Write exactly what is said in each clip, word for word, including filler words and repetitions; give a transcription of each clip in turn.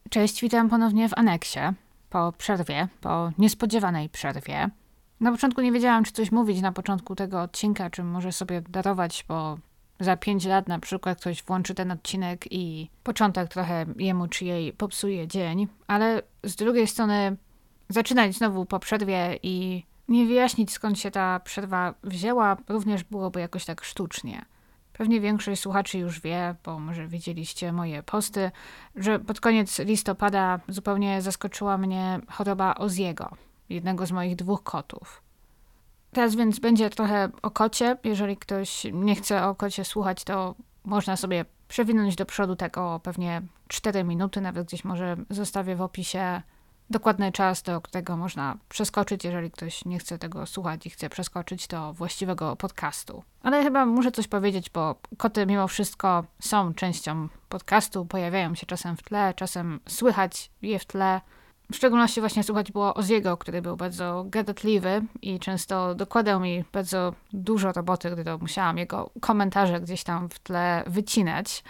Cześć, witam ponownie w aneksie. Po przerwie, po niespodziewanej przerwie. Na początku nie wiedziałam, czy coś mówić na początku tego odcinka, czy może sobie darować, bo za pięć lat na przykład ktoś włączy ten odcinek i początek trochę jemu czy jej popsuje dzień, ale z drugiej strony zaczynać znowu po przerwie i nie wyjaśnić, skąd się ta przerwa wzięła, również byłoby jakoś tak sztucznie. Pewnie większość słuchaczy już wie, bo może widzieliście moje posty, że pod koniec listopada zupełnie zaskoczyła mnie choroba Ozziego, jednego z moich dwóch kotów. Teraz więc będzie trochę o kocie. Jeżeli ktoś nie chce o kocie słuchać, to można sobie przewinąć do przodu tego pewnie cztery minuty, nawet gdzieś może zostawię w opisie dokładny czas, do którego można przeskoczyć, jeżeli ktoś nie chce tego słuchać i chce przeskoczyć do właściwego podcastu. Ale chyba muszę coś powiedzieć, bo koty mimo wszystko są częścią podcastu, pojawiają się czasem w tle, czasem słychać je w tle. W szczególności właśnie słuchać było Ozziego, który był bardzo gadatliwy i często dokładał mi bardzo dużo roboty, gdy to musiałam jego komentarze gdzieś tam w tle wycinać.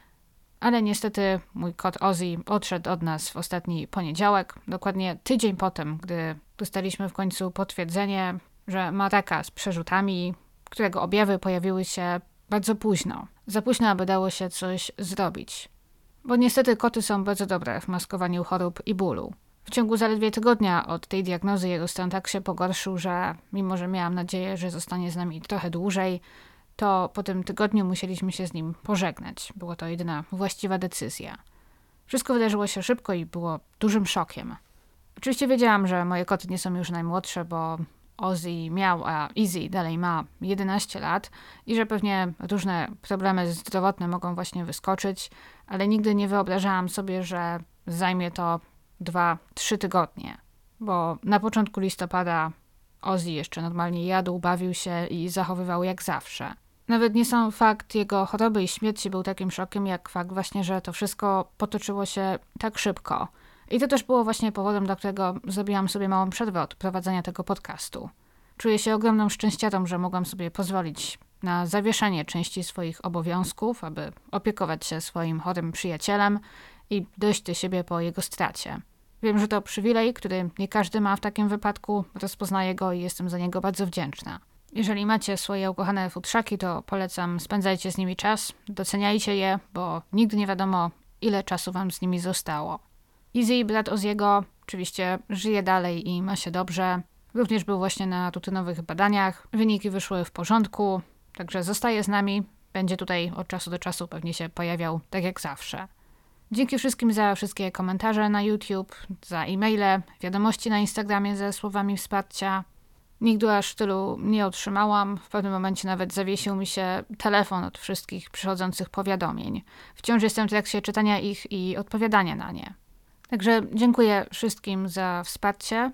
Ale niestety mój kot Ozzy odszedł od nas w ostatni poniedziałek, dokładnie tydzień potem, gdy dostaliśmy w końcu potwierdzenie, że ma raka z przerzutami, którego objawy pojawiły się bardzo późno. Za późno, aby dało się coś zrobić. Bo niestety koty są bardzo dobre w maskowaniu chorób i bólu. W ciągu zaledwie tygodnia od tej diagnozy jego stan tak się pogorszył, że mimo że miałam nadzieję, że zostanie z nami trochę dłużej, to po tym tygodniu musieliśmy się z nim pożegnać. Była to jedyna właściwa decyzja. Wszystko wydarzyło się szybko i było dużym szokiem. Oczywiście wiedziałam, że moje koty nie są już najmłodsze, bo Ozzy miał, a Izzy dalej ma jedenaście lat i że pewnie różne problemy zdrowotne mogą właśnie wyskoczyć, ale nigdy nie wyobrażałam sobie, że zajmie to dwa, trzy tygodnie, bo na początku listopada Ozzy jeszcze normalnie jadł, bawił się i zachowywał jak zawsze. Nawet nie sam fakt jego choroby i śmierci był takim szokiem, jak fakt właśnie, że to wszystko potoczyło się tak szybko. I to też było właśnie powodem, dla którego zrobiłam sobie małą przerwę od prowadzenia tego podcastu. Czuję się ogromną szczęściarą, że mogłam sobie pozwolić na zawieszenie części swoich obowiązków, aby opiekować się swoim chorym przyjacielem i dojść do siebie po jego stracie. Wiem, że to przywilej, który nie każdy ma w takim wypadku, rozpoznaję go i jestem za niego bardzo wdzięczna. Jeżeli macie swoje ukochane futrzaki, to polecam, spędzajcie z nimi czas, doceniajcie je, bo nigdy nie wiadomo, ile czasu wam z nimi zostało. Izzy, brat Ozziego, oczywiście żyje dalej i ma się dobrze. Również był właśnie na rutynowych badaniach, wyniki wyszły w porządku, także zostaje z nami, będzie tutaj od czasu do czasu pewnie się pojawiał tak jak zawsze. Dzięki wszystkim za wszystkie komentarze na YouTube, za e-maile, wiadomości na Instagramie ze słowami wsparcia. Nigdy aż tylu nie otrzymałam. W pewnym momencie nawet zawiesił mi się telefon od wszystkich przychodzących powiadomień. Wciąż jestem w trakcie czytania ich i odpowiadania na nie. Także dziękuję wszystkim za wsparcie.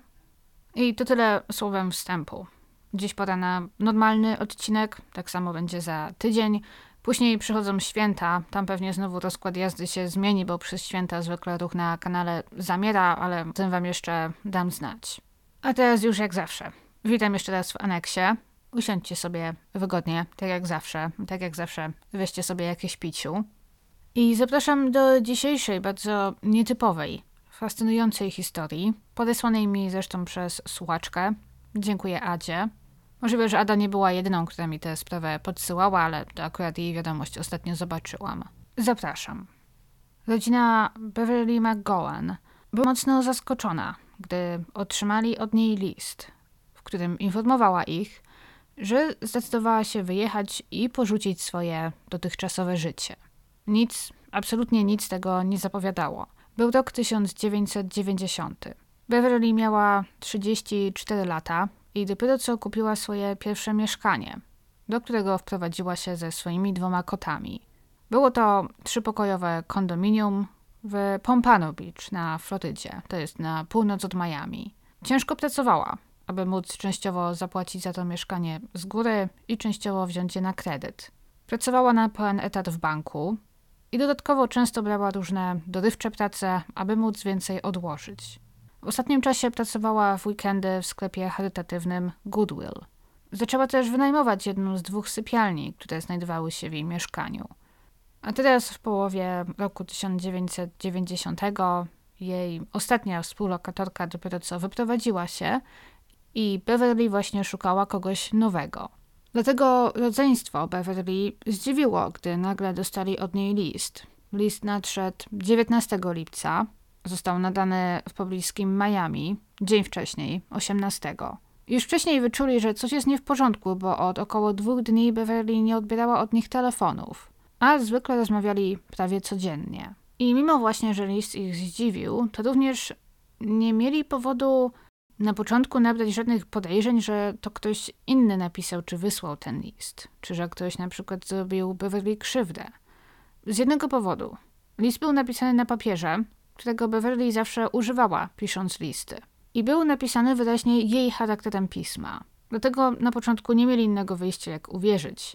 I to tyle słowem wstępu. Dziś pora na normalny odcinek, tak samo będzie za tydzień. Później przychodzą święta, tam pewnie znowu rozkład jazdy się zmieni, bo przez święta zwykle ruch na kanale zamiera, ale o tym wam jeszcze dam znać. A teraz już jak zawsze. Witam jeszcze raz w aneksie. Usiądźcie sobie wygodnie, tak jak zawsze. Tak jak zawsze weźcie sobie jakieś piciu. I zapraszam do dzisiejszej, bardzo nietypowej, fascynującej historii, podesłanej mi zresztą przez słuchaczkę. Dziękuję Adzie. Możliwe, że Ada nie była jedyną, która mi tę sprawę podsyłała, ale to akurat jej wiadomość ostatnio zobaczyłam. Zapraszam. Rodzina Beverly McGowan była mocno zaskoczona, gdy otrzymali od niej list, w którym informowała ich, że zdecydowała się wyjechać i porzucić swoje dotychczasowe życie. Nic, absolutnie nic tego nie zapowiadało. Był rok tysiąc dziewięćset dziewięćdziesiąty. Beverly miała trzydzieści cztery lata i dopiero co kupiła swoje pierwsze mieszkanie, do którego wprowadziła się ze swoimi dwoma kotami. Było to trzypokojowe kondominium w Pompano Beach na Florydzie, to jest na północ od Miami. Ciężko pracowała, aby móc częściowo zapłacić za to mieszkanie z góry i częściowo wziąć je na kredyt. Pracowała na pełen etat w banku i dodatkowo często brała różne dorywcze prace, aby móc więcej odłożyć. W ostatnim czasie pracowała w weekendy w sklepie charytatywnym Goodwill. Zaczęła też wynajmować jedną z dwóch sypialni, które znajdowały się w jej mieszkaniu. A teraz w połowie roku tysiąc dziewięćset dziewięćdziesiątego jej ostatnia współlokatorka dopiero co wyprowadziła się i Beverly właśnie szukała kogoś nowego. Dlatego rodzeństwo Beverly zdziwiło, gdy nagle dostali od niej list. List nadszedł dziewiętnastego lipca, został nadany w pobliskim Miami, dzień wcześniej, osiemnastego. Już wcześniej wyczuli, że coś jest nie w porządku, bo od około dwóch dni Beverly nie odbierała od nich telefonów, a zwykle rozmawiali prawie codziennie. I mimo właśnie, że list ich zdziwił, to również nie mieli powodu na początku nabrać żadnych podejrzeń, że to ktoś inny napisał czy wysłał ten list, czy że ktoś na przykład zrobił Beverly krzywdę. Z jednego powodu. List był napisany na papierze, którego Beverly zawsze używała, pisząc listy. I był napisany wyraźnie jej charakterem pisma. Dlatego na początku nie mieli innego wyjścia, jak uwierzyć,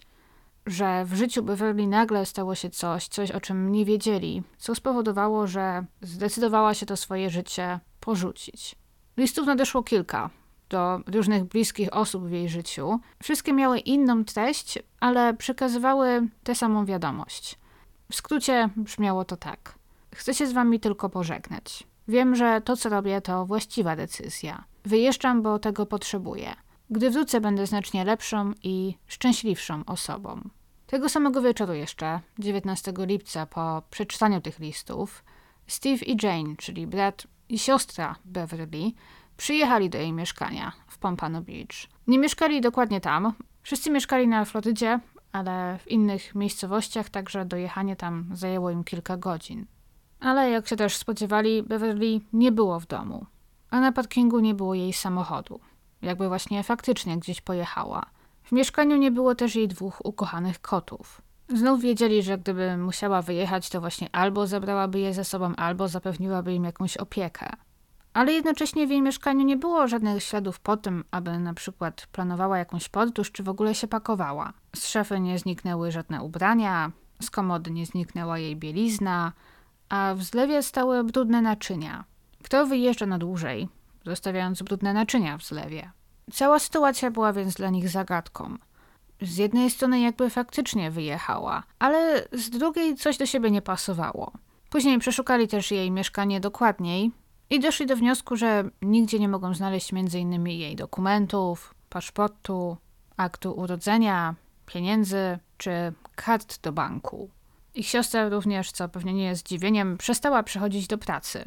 że w życiu Beverly nagle stało się coś, coś o czym nie wiedzieli, co spowodowało, że zdecydowała się to swoje życie porzucić. Listów nadeszło kilka do różnych bliskich osób w jej życiu. Wszystkie miały inną treść, ale przekazywały tę samą wiadomość. W skrócie brzmiało to tak. Chcę się z wami tylko pożegnać. Wiem, że to, co robię, to właściwa decyzja. Wyjeżdżam, bo tego potrzebuję. Gdy wrócę, będę znacznie lepszą i szczęśliwszą osobą. Tego samego wieczoru jeszcze, dziewiętnastego lipca, po przeczytaniu tych listów, Steve i Jane, czyli brat i siostra Beverly, przyjechali do jej mieszkania w Pompano Beach. Nie mieszkali dokładnie tam. Wszyscy mieszkali na Florydzie, ale w innych miejscowościach, także dojechanie tam zajęło im kilka godzin. Ale jak się też spodziewali, Beverly nie było w domu, a na parkingu nie było jej samochodu. Jakby właśnie faktycznie gdzieś pojechała. W mieszkaniu nie było też jej dwóch ukochanych kotów. Znów wiedzieli, że gdyby musiała wyjechać, to właśnie albo zabrałaby je ze sobą, albo zapewniłaby im jakąś opiekę. Ale jednocześnie w jej mieszkaniu nie było żadnych śladów po tym, aby na przykład planowała jakąś podróż, czy w ogóle się pakowała. Z szafy nie zniknęły żadne ubrania, z komody nie zniknęła jej bielizna, a w zlewie stały brudne naczynia. Kto wyjeżdża na dłużej, zostawiając brudne naczynia w zlewie? Cała sytuacja była więc dla nich zagadką. Z jednej strony jakby faktycznie wyjechała, ale z drugiej coś do siebie nie pasowało. Później przeszukali też jej mieszkanie dokładniej i doszli do wniosku, że nigdzie nie mogą znaleźć między innymi jej dokumentów, paszportu, aktu urodzenia, pieniędzy czy kart do banku. Ich siostra również, co pewnie nie jest zdziwieniem, przestała przychodzić do pracy.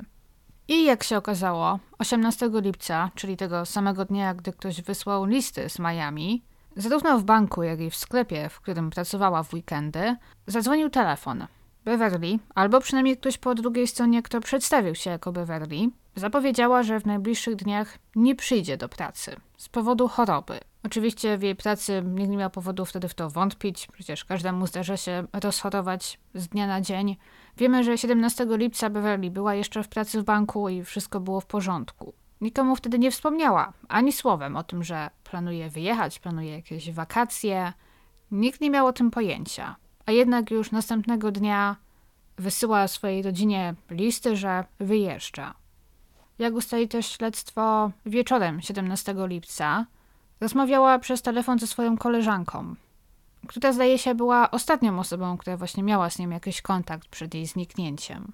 I jak się okazało, osiemnastego lipca, czyli tego samego dnia, gdy ktoś wysłał listy z Miami, zarówno w banku, jak i w sklepie, w którym pracowała w weekendy, zadzwonił telefon. Beverly, albo przynajmniej ktoś po drugiej stronie, kto przedstawił się jako Beverly, zapowiedziała, że w najbliższych dniach nie przyjdzie do pracy z powodu choroby. Oczywiście w jej pracy nikt nie miał powodu wtedy w to wątpić, przecież każdemu zdarza się rozchorować z dnia na dzień. Wiemy, że siedemnastego lipca Beverly była jeszcze w pracy w banku i wszystko było w porządku. Nikomu wtedy nie wspomniała ani słowem o tym, że planuje wyjechać, planuje jakieś wakacje. Nikt nie miał o tym pojęcia. A jednak już następnego dnia wysyła swojej rodzinie listy, że wyjeżdża. Jak ustali też śledztwo, wieczorem siedemnastego lipca rozmawiała przez telefon ze swoją koleżanką, która zdaje się była ostatnią osobą, która właśnie miała z nią jakiś kontakt przed jej zniknięciem.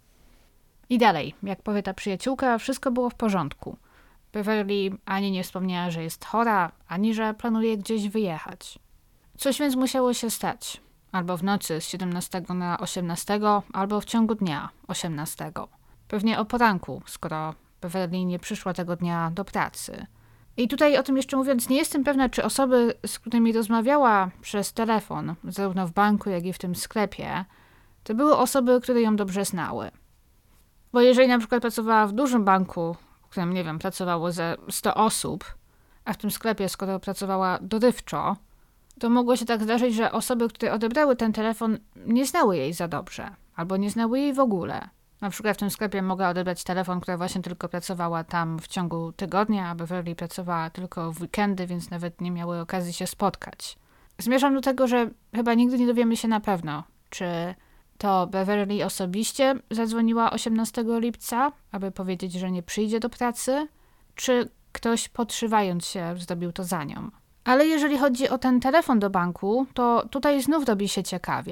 I dalej, jak powie ta przyjaciółka, wszystko było w porządku. Beverly ani nie wspomniała, że jest chora, ani że planuje gdzieś wyjechać. Coś więc musiało się stać. Albo w nocy z siedemnastego na osiemnastego, albo w ciągu dnia osiemnastego. Pewnie o poranku, skoro Beverly nie przyszła tego dnia do pracy. I tutaj o tym jeszcze mówiąc, nie jestem pewna, czy osoby, z którymi rozmawiała przez telefon, zarówno w banku, jak i w tym sklepie, to były osoby, które ją dobrze znały. Bo jeżeli na przykład pracowała w dużym banku, w którym, nie wiem, pracowało ze sto osób, a w tym sklepie, skoro pracowała dorywczo, to mogło się tak zdarzyć, że osoby, które odebrały ten telefon, nie znały jej za dobrze, albo nie znały jej w ogóle. Na przykład w tym sklepie mogła odebrać telefon, która właśnie tylko pracowała tam w ciągu tygodnia, a Beverly pracowała tylko w weekendy, więc nawet nie miały okazji się spotkać. Zmierzam do tego, że chyba nigdy nie dowiemy się na pewno, czy to Beverly osobiście zadzwoniła osiemnastego lipca, aby powiedzieć, że nie przyjdzie do pracy, czy ktoś podszywając się zrobił to za nią. Ale jeżeli chodzi o ten telefon do banku, to tutaj znów robi się ciekawie.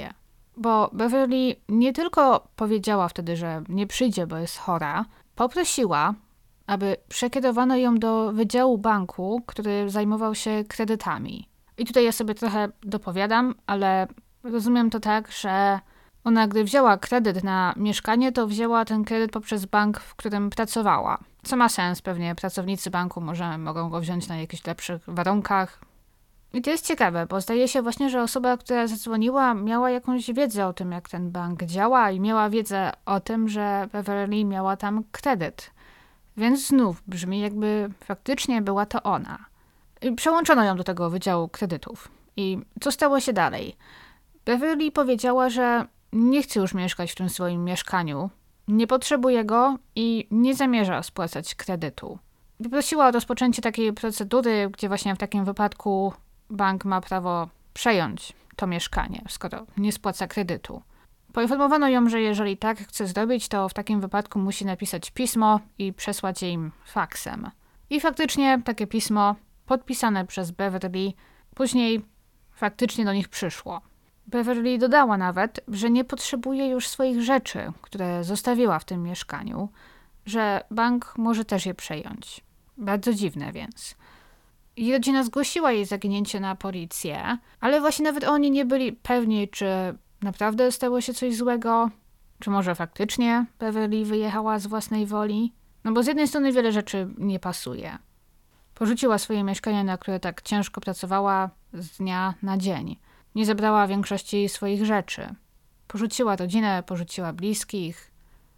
Bo Beverly nie tylko powiedziała wtedy, że nie przyjdzie, bo jest chora, poprosiła, aby przekierowano ją do wydziału banku, który zajmował się kredytami. I tutaj ja sobie trochę dopowiadam, ale rozumiem to tak, że ona, gdy wzięła kredyt na mieszkanie, to wzięła ten kredyt poprzez bank, w którym pracowała. Co ma sens, pewnie pracownicy banku może mogą go wziąć na jakichś lepszych warunkach. I to jest ciekawe, bo zdaje się właśnie, że osoba, która zadzwoniła, miała jakąś wiedzę o tym, jak ten bank działa i miała wiedzę o tym, że Beverly miała tam kredyt. Więc znów brzmi, jakby faktycznie była to ona. I przełączono ją do tego wydziału kredytów. I co stało się dalej? Beverly powiedziała, że nie chce już mieszkać w tym swoim mieszkaniu, nie potrzebuje go i nie zamierza spłacać kredytu. Poprosiła o rozpoczęcie takiej procedury, gdzie właśnie w takim wypadku bank ma prawo przejąć to mieszkanie, skoro nie spłaca kredytu. Poinformowano ją, że jeżeli tak chce zrobić, to w takim wypadku musi napisać pismo i przesłać je im faksem. I faktycznie takie pismo, podpisane przez Beverly, później faktycznie do nich przyszło. Beverly dodała nawet, że nie potrzebuje już swoich rzeczy, które zostawiła w tym mieszkaniu, że bank może też je przejąć. Bardzo dziwne więc. Jej rodzina zgłosiła jej zaginięcie na policję, ale właśnie nawet oni nie byli pewni, czy naprawdę stało się coś złego, czy może faktycznie Beverly wyjechała z własnej woli. No bo z jednej strony wiele rzeczy nie pasuje. Porzuciła swoje mieszkanie, na które tak ciężko pracowała z dnia na dzień. Nie zebrała większości swoich rzeczy. Porzuciła rodzinę, porzuciła bliskich.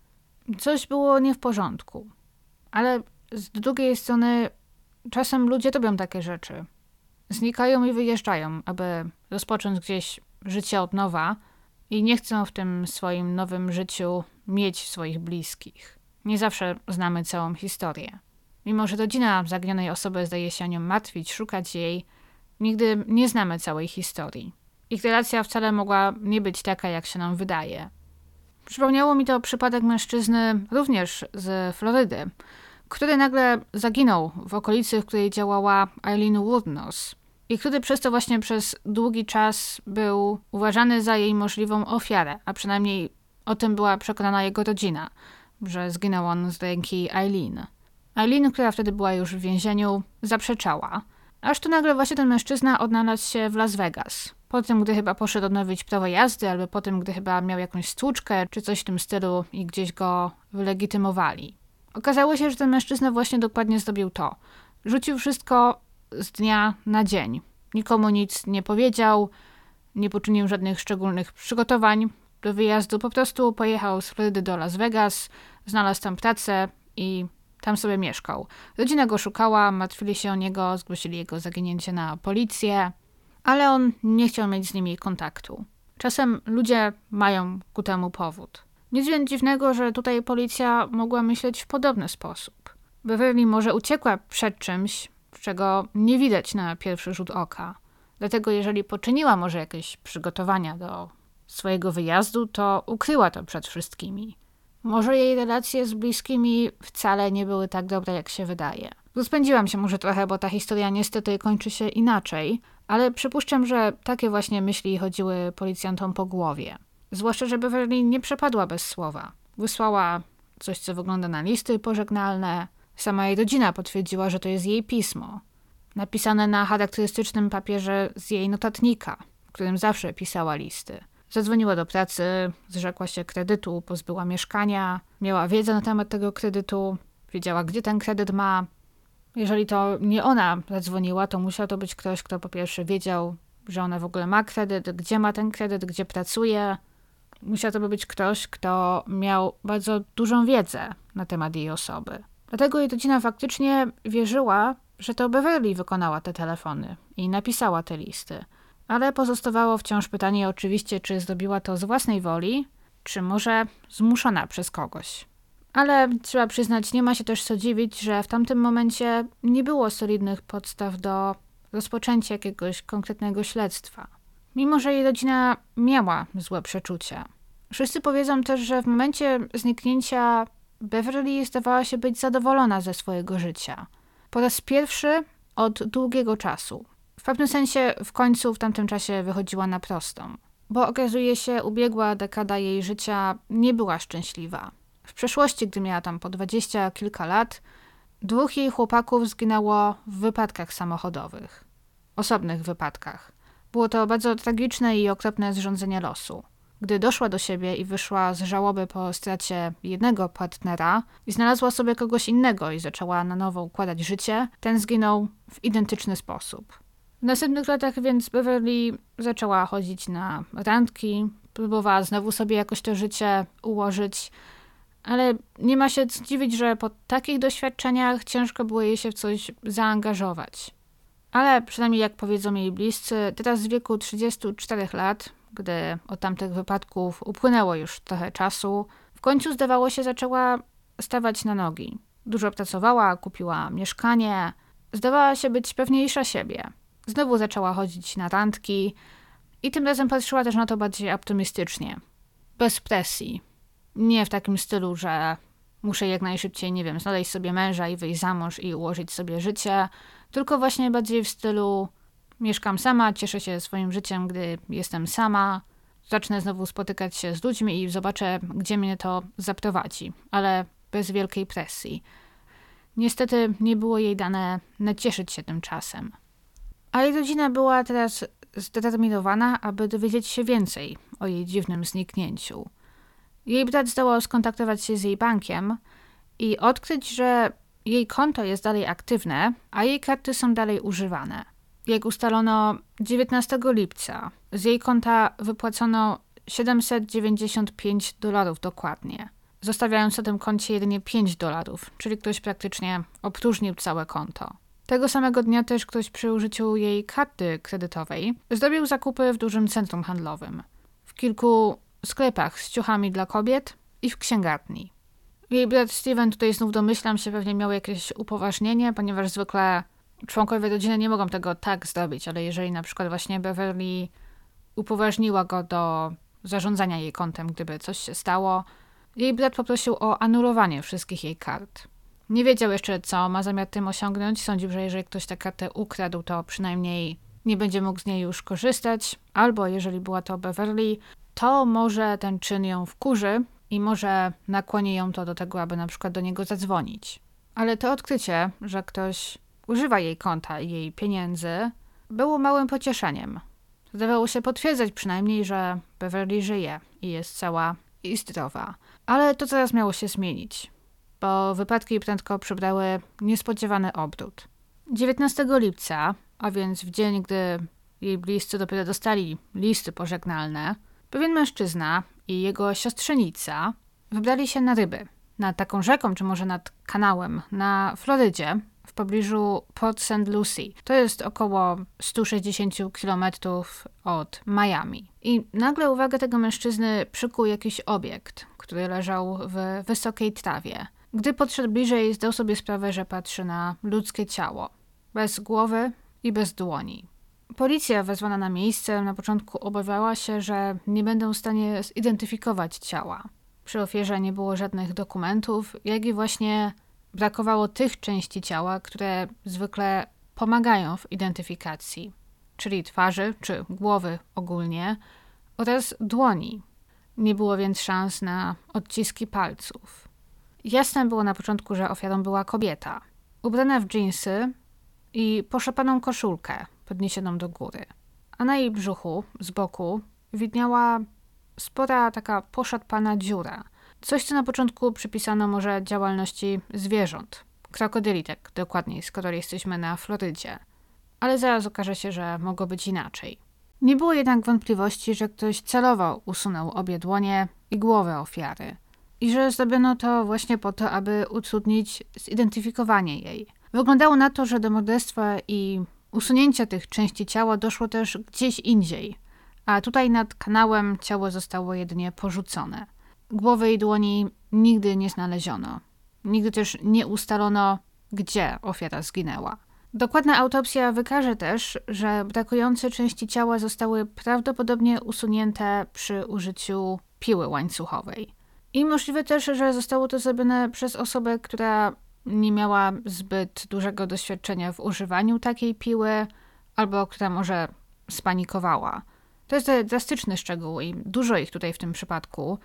Coś było nie w porządku. Ale z drugiej strony czasem ludzie robią takie rzeczy. Znikają i wyjeżdżają, aby rozpocząć gdzieś życie od nowa i nie chcą w tym swoim nowym życiu mieć swoich bliskich. Nie zawsze znamy całą historię. Mimo że rodzina zaginionej osoby zdaje się o nią martwić, szukać jej, nigdy nie znamy całej historii. Ich relacja wcale mogła nie być taka, jak się nam wydaje. Przypomniało mi to przypadek mężczyzny również z Florydy, który nagle zaginął w okolicy, w której działała Eileen Wuornos i który przez to właśnie przez długi czas był uważany za jej możliwą ofiarę, a przynajmniej o tym była przekonana jego rodzina, że zginął on z ręki Eileen. Eileen, która wtedy była już w więzieniu, zaprzeczała, aż tu nagle właśnie ten mężczyzna odnalazł się w Las Vegas. Po tym, gdy chyba poszedł odnowić prawo jazdy, albo po tym, gdy chyba miał jakąś stłuczkę, czy coś w tym stylu i gdzieś go wylegitymowali. Okazało się, że ten mężczyzna właśnie dokładnie zrobił to. Rzucił wszystko z dnia na dzień. Nikomu nic nie powiedział, nie poczynił żadnych szczególnych przygotowań do wyjazdu. Po prostu pojechał z Florydy do Las Vegas, znalazł tam pracę i tam sobie mieszkał. Rodzina go szukała, martwili się o niego, zgłosili jego zaginięcie na policję, ale on nie chciał mieć z nimi kontaktu. Czasem ludzie mają ku temu powód. Nic więc dziwnego, że tutaj policja mogła myśleć w podobny sposób. Beverly może uciekła przed czymś, czego nie widać na pierwszy rzut oka. Dlatego jeżeli poczyniła może jakieś przygotowania do swojego wyjazdu, to ukryła to przed wszystkimi. Może jej relacje z bliskimi wcale nie były tak dobre, jak się wydaje. Rozpędziłam się może trochę, bo ta historia niestety kończy się inaczej, ale przypuszczam, że takie właśnie myśli chodziły policjantom po głowie. Zwłaszcza, że Beverly nie przepadła bez słowa. Wysłała coś, co wygląda na listy pożegnalne. Sama jej rodzina potwierdziła, że to jest jej pismo. Napisane na charakterystycznym papierze z jej notatnika, w którym zawsze pisała listy. Zadzwoniła do pracy, zrzekła się kredytu, pozbyła mieszkania, miała wiedzę na temat tego kredytu, wiedziała, gdzie ten kredyt ma. Jeżeli to nie ona zadzwoniła, to musiał to być ktoś, kto po pierwsze wiedział, że ona w ogóle ma kredyt, gdzie ma ten kredyt, gdzie pracuje. Musiał to być ktoś, kto miał bardzo dużą wiedzę na temat jej osoby. Dlatego jej rodzina faktycznie wierzyła, że to Beverly wykonała te telefony i napisała te listy. Ale pozostawało wciąż pytanie oczywiście, czy zrobiła to z własnej woli, czy może zmuszona przez kogoś. Ale trzeba przyznać, nie ma się też co dziwić, że w tamtym momencie nie było solidnych podstaw do rozpoczęcia jakiegoś konkretnego śledztwa. Mimo że jej rodzina miała złe przeczucia. Wszyscy powiedzą też, że w momencie zniknięcia Beverly zdawała się być zadowolona ze swojego życia. Po raz pierwszy od długiego czasu. W pewnym sensie w końcu w tamtym czasie wychodziła na prostą. bo okazuje się, ubiegła dekada jej życia nie była szczęśliwa. W przeszłości, gdy miała tam po dwadzieścia kilka lat, dwóch jej chłopaków zginęło w wypadkach samochodowych. Osobnych wypadkach. Było to bardzo tragiczne i okropne zrządzenie losu. Gdy doszła do siebie i wyszła z żałoby po stracie jednego partnera i znalazła sobie kogoś innego i zaczęła na nowo układać życie, ten zginął w identyczny sposób. W następnych latach więc Beverly zaczęła chodzić na randki, próbowała znowu sobie jakoś to życie ułożyć, ale nie ma się co dziwić, że po takich doświadczeniach ciężko było jej się w coś zaangażować. Ale przynajmniej jak powiedzą jej bliscy, teraz w wieku trzydziestu czterech lat, gdy od tamtych wypadków upłynęło już trochę czasu, w końcu zdawało się zaczęła stawać na nogi. Dużo pracowała, kupiła mieszkanie, zdawała się być pewniejsza siebie. Znowu zaczęła chodzić na randki i tym razem patrzyła też na to bardziej optymistycznie. Bez presji. Nie w takim stylu, że muszę jak najszybciej, nie wiem, znaleźć sobie męża i wyjść za mąż i ułożyć sobie życie, tylko właśnie bardziej w stylu mieszkam sama, cieszę się swoim życiem, gdy jestem sama, zacznę znowu spotykać się z ludźmi i zobaczę, gdzie mnie to zaprowadzi, ale bez wielkiej presji. Niestety nie było jej dane nacieszyć się tym czasem. A jej rodzina była teraz zdeterminowana, aby dowiedzieć się więcej o jej dziwnym zniknięciu. Jej brat zdołał skontaktować się z jej bankiem i odkryć, że jej konto jest dalej aktywne, a jej karty są dalej używane. Jak ustalono, dziewiętnastego lipca z jej konta wypłacono siedemset dziewięćdziesiąt pięć dolarów dokładnie, zostawiając na tym koncie jedynie pięć dolarów, czyli ktoś praktycznie opróżnił całe konto. Tego samego dnia też ktoś przy użyciu jej karty kredytowej zrobił zakupy w dużym centrum handlowym, w kilku sklepach z ciuchami dla kobiet i w księgarni. Jej brat Steven, tutaj znów domyślam się, pewnie miał jakieś upoważnienie, ponieważ zwykle członkowie rodziny nie mogą tego tak zrobić, ale jeżeli na przykład właśnie Beverly upoważniła go do zarządzania jej kontem, gdyby coś się stało, jej brat poprosił o anulowanie wszystkich jej kart. Nie wiedział jeszcze, co ma zamiar tym osiągnąć. Sądził, że jeżeli ktoś tę kartę ukradł, to przynajmniej nie będzie mógł z niej już korzystać, albo jeżeli była to Beverly, to może ten czyn ją wkurzy i może nakłoni ją to do tego, aby na przykład do niego zadzwonić. Ale to odkrycie, że ktoś używa jej konta i jej pieniędzy, było małym pocieszeniem. Zdawało się potwierdzać przynajmniej, że Beverly żyje i jest cała i zdrowa. Ale to zaraz miało się zmienić, bo wypadki prędko przybrały niespodziewany obrót. dziewiętnastego lipca, a więc w dzień, gdy jej bliscy dopiero dostali listy pożegnalne, pewien mężczyzna i jego siostrzenica wybrali się na ryby. Nad taką rzeką, czy może nad kanałem, na Florydzie, w pobliżu Port Saint Lucie. To jest około sto sześćdziesiąt kilometrów od Miami. I nagle uwagę tego mężczyzny przykuł jakiś obiekt, który leżał w wysokiej trawie. Gdy podszedł bliżej, zdał sobie sprawę, że patrzy na ludzkie ciało. Bez głowy i bez dłoni. Policja wezwana na miejsce na początku obawiała się, że nie będą w stanie zidentyfikować ciała. Przy ofierze nie było żadnych dokumentów, jak i właśnie brakowało tych części ciała, które zwykle pomagają w identyfikacji, czyli twarzy czy głowy ogólnie oraz dłoni. Nie było więc szans na odciski palców. Jasne było na początku, że ofiarą była kobieta, ubrana w dżinsy i poszapaną koszulkę podniesioną do góry. A na jej brzuchu, z boku, widniała spora taka poszarpana dziura. Coś, co na początku przypisano może działalności zwierząt. Krokodyli, tak dokładniej, skoro jesteśmy na Florydzie. Ale zaraz okaże się, że mogło być inaczej. Nie było jednak wątpliwości, że ktoś celowo usunął obie dłonie i głowę ofiary. I że zrobiono to właśnie po to, aby utrudnić zidentyfikowanie jej. Wyglądało na to, że do morderstwa i usunięcia tych części ciała doszło też gdzieś indziej, a tutaj nad kanałem ciało zostało jedynie porzucone. Głowy i dłoni nigdy nie znaleziono. Nigdy też nie ustalono, gdzie ofiara zginęła. Dokładna autopsja wykaże też, że brakujące części ciała zostały prawdopodobnie usunięte przy użyciu piły łańcuchowej. I możliwe też, że zostało to zrobione przez osobę, która nie miała zbyt dużego doświadczenia w używaniu takiej piły, albo która może spanikowała. To jest drastyczny szczegół i dużo ich tutaj w tym przypadku,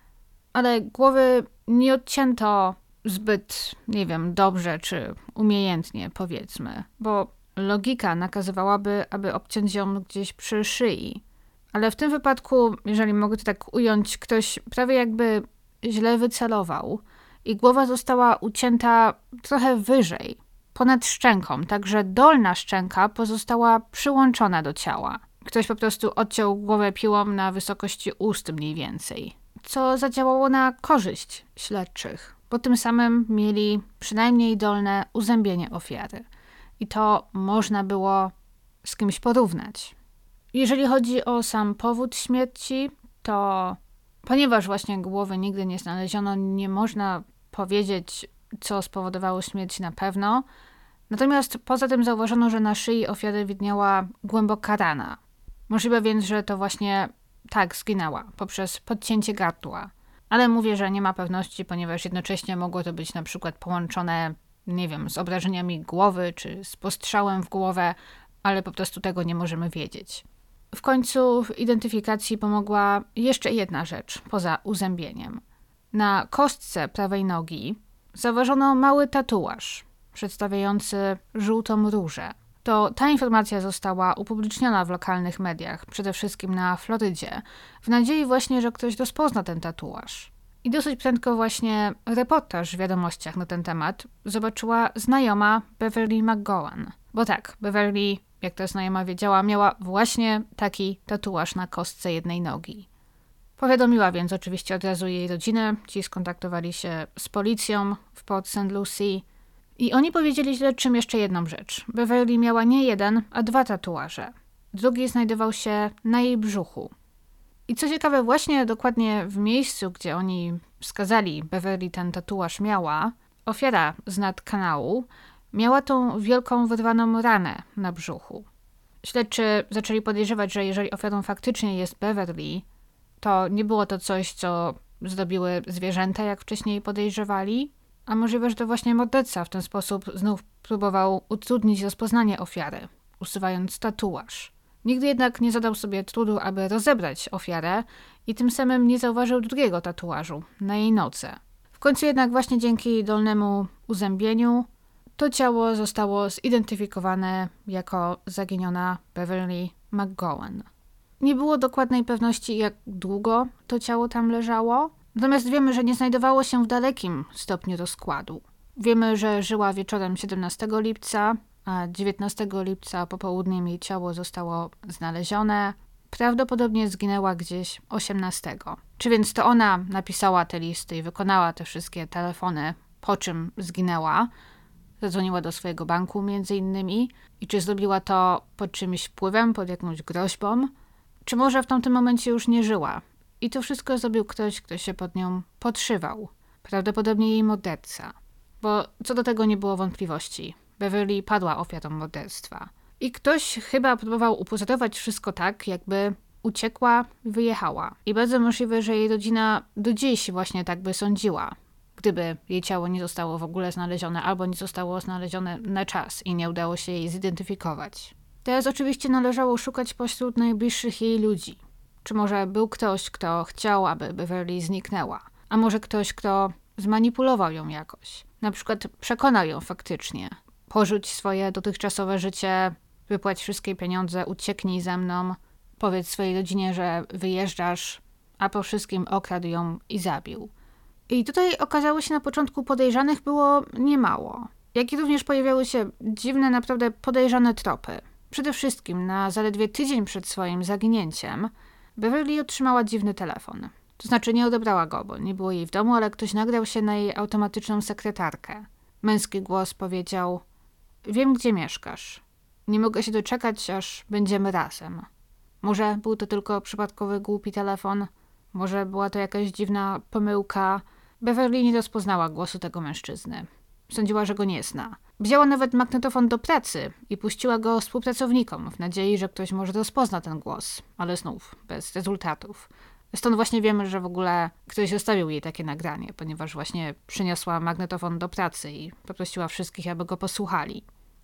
ale głowy nie odcięto zbyt, nie wiem, dobrze czy umiejętnie, powiedzmy, bo logika nakazywałaby, aby obciąć ją gdzieś przy szyi. Ale w tym wypadku, jeżeli mogę to tak ująć, ktoś prawie jakby źle wycelował i głowa została ucięta trochę wyżej, ponad szczęką, także dolna szczęka pozostała przyłączona do ciała. Ktoś po prostu odciął głowę piłą na wysokości ust mniej więcej, co zadziałało na korzyść śledczych, bo tym samym mieli przynajmniej dolne uzębienie ofiary. I to można było z kimś porównać. Jeżeli chodzi o sam powód śmierci, to ponieważ właśnie głowy nigdy nie znaleziono, nie można powiedzieć, co spowodowało śmierć na pewno. Natomiast poza tym zauważono, że na szyi ofiary widniała głęboka rana. Możliwe więc, że to właśnie tak zginęła, poprzez podcięcie gardła. Ale mówię, że nie ma pewności, ponieważ jednocześnie mogło to być na przykład połączone, nie wiem, z obrażeniami głowy, czy z postrzałem w głowę, ale po prostu tego nie możemy wiedzieć. W końcu w identyfikacji pomogła jeszcze jedna rzecz, poza uzębieniem. Na kostce prawej nogi zauważono mały tatuaż przedstawiający żółtą różę. To ta informacja została upubliczniona w lokalnych mediach, przede wszystkim na Florydzie, w nadziei właśnie, że ktoś rozpozna ten tatuaż. I dosyć prędko właśnie reportaż w wiadomościach na ten temat zobaczyła znajoma Beverly McGowan. Bo tak, Beverly, jak ta znajoma wiedziała, miała właśnie taki tatuaż na kostce jednej nogi. Powiadomiła więc oczywiście od razu jej rodzinę, ci skontaktowali się z policją w Port Saint Lucie i oni powiedzieli śledczym jeszcze jedną rzecz. Beverly miała nie jeden, a dwa tatuaże. Drugi znajdował się na jej brzuchu. I co ciekawe, właśnie dokładnie w miejscu, gdzie oni wskazali, Beverly ten tatuaż miała, ofiara z nad kanału miała tą wielką wyrwaną ranę na brzuchu. Śledczy zaczęli podejrzewać, że jeżeli ofiarą faktycznie jest Beverly, to nie było to coś, co zrobiły zwierzęta, jak wcześniej podejrzewali, a możliwe, że to właśnie morderca w ten sposób znów próbował utrudnić rozpoznanie ofiary, usuwając tatuaż. Nigdy jednak nie zadał sobie trudu, aby rozebrać ofiarę i tym samym nie zauważył drugiego tatuażu na jej nodze. W końcu jednak właśnie dzięki dolnemu uzębieniu to ciało zostało zidentyfikowane jako zaginiona Beverly McGowan. Nie było dokładnej pewności, jak długo to ciało tam leżało, natomiast wiemy, że nie znajdowało się w dalekim stopniu rozkładu. Wiemy, że żyła wieczorem siedemnastego lipca, a dziewiętnastego lipca popołudniem jej ciało zostało znalezione. Prawdopodobnie zginęła gdzieś osiemnastego. Czy więc to ona napisała te listy i wykonała te wszystkie telefony, po czym zginęła? Zadzwoniła do swojego banku między innymi. I czy zrobiła to pod czymś wpływem, pod jakąś groźbą? Czy może w tamtym momencie już nie żyła? I to wszystko zrobił ktoś, kto się pod nią podszywał. Prawdopodobnie jej morderca. Bo co do tego nie było wątpliwości. Beverly padła ofiarą morderstwa. I ktoś chyba próbował upozorować wszystko tak, jakby uciekła i wyjechała. I bardzo możliwe, że jej rodzina do dziś właśnie tak by sądziła. Gdyby jej ciało nie zostało w ogóle znalezione, albo nie zostało znalezione na czas i nie udało się jej zidentyfikować. Teraz oczywiście należało szukać pośród najbliższych jej ludzi. Czy może był ktoś, kto chciał, aby Beverly zniknęła? A może ktoś, kto zmanipulował ją jakoś? Na przykład przekonał ją faktycznie. Porzuć swoje dotychczasowe życie, wypłać wszystkie pieniądze, ucieknij ze mną, powiedz swojej rodzinie, że wyjeżdżasz, a po wszystkim okradł ją i zabił. I tutaj okazało się na początku podejrzanych było niemało. Jak i również pojawiały się dziwne, naprawdę podejrzane tropy. Przede wszystkim na zaledwie tydzień przed swoim zaginięciem Beverly otrzymała dziwny telefon. To znaczy nie odebrała go, bo nie było jej w domu, ale ktoś nagrał się na jej automatyczną sekretarkę. Męski głos powiedział: wiem, gdzie mieszkasz. Nie mogę się doczekać, aż będziemy razem. Może był to tylko przypadkowy głupi telefon, może była to jakaś dziwna pomyłka. Beverly nie rozpoznała głosu tego mężczyzny. Sądziła, że go nie zna. Wzięła nawet magnetofon do pracy i puściła go współpracownikom w nadziei, że ktoś może rozpozna ten głos, ale znów bez rezultatów. Stąd właśnie wiemy, że w ogóle ktoś zostawił jej takie nagranie, ponieważ właśnie przyniosła magnetofon do pracy i poprosiła wszystkich, aby go posłuchali.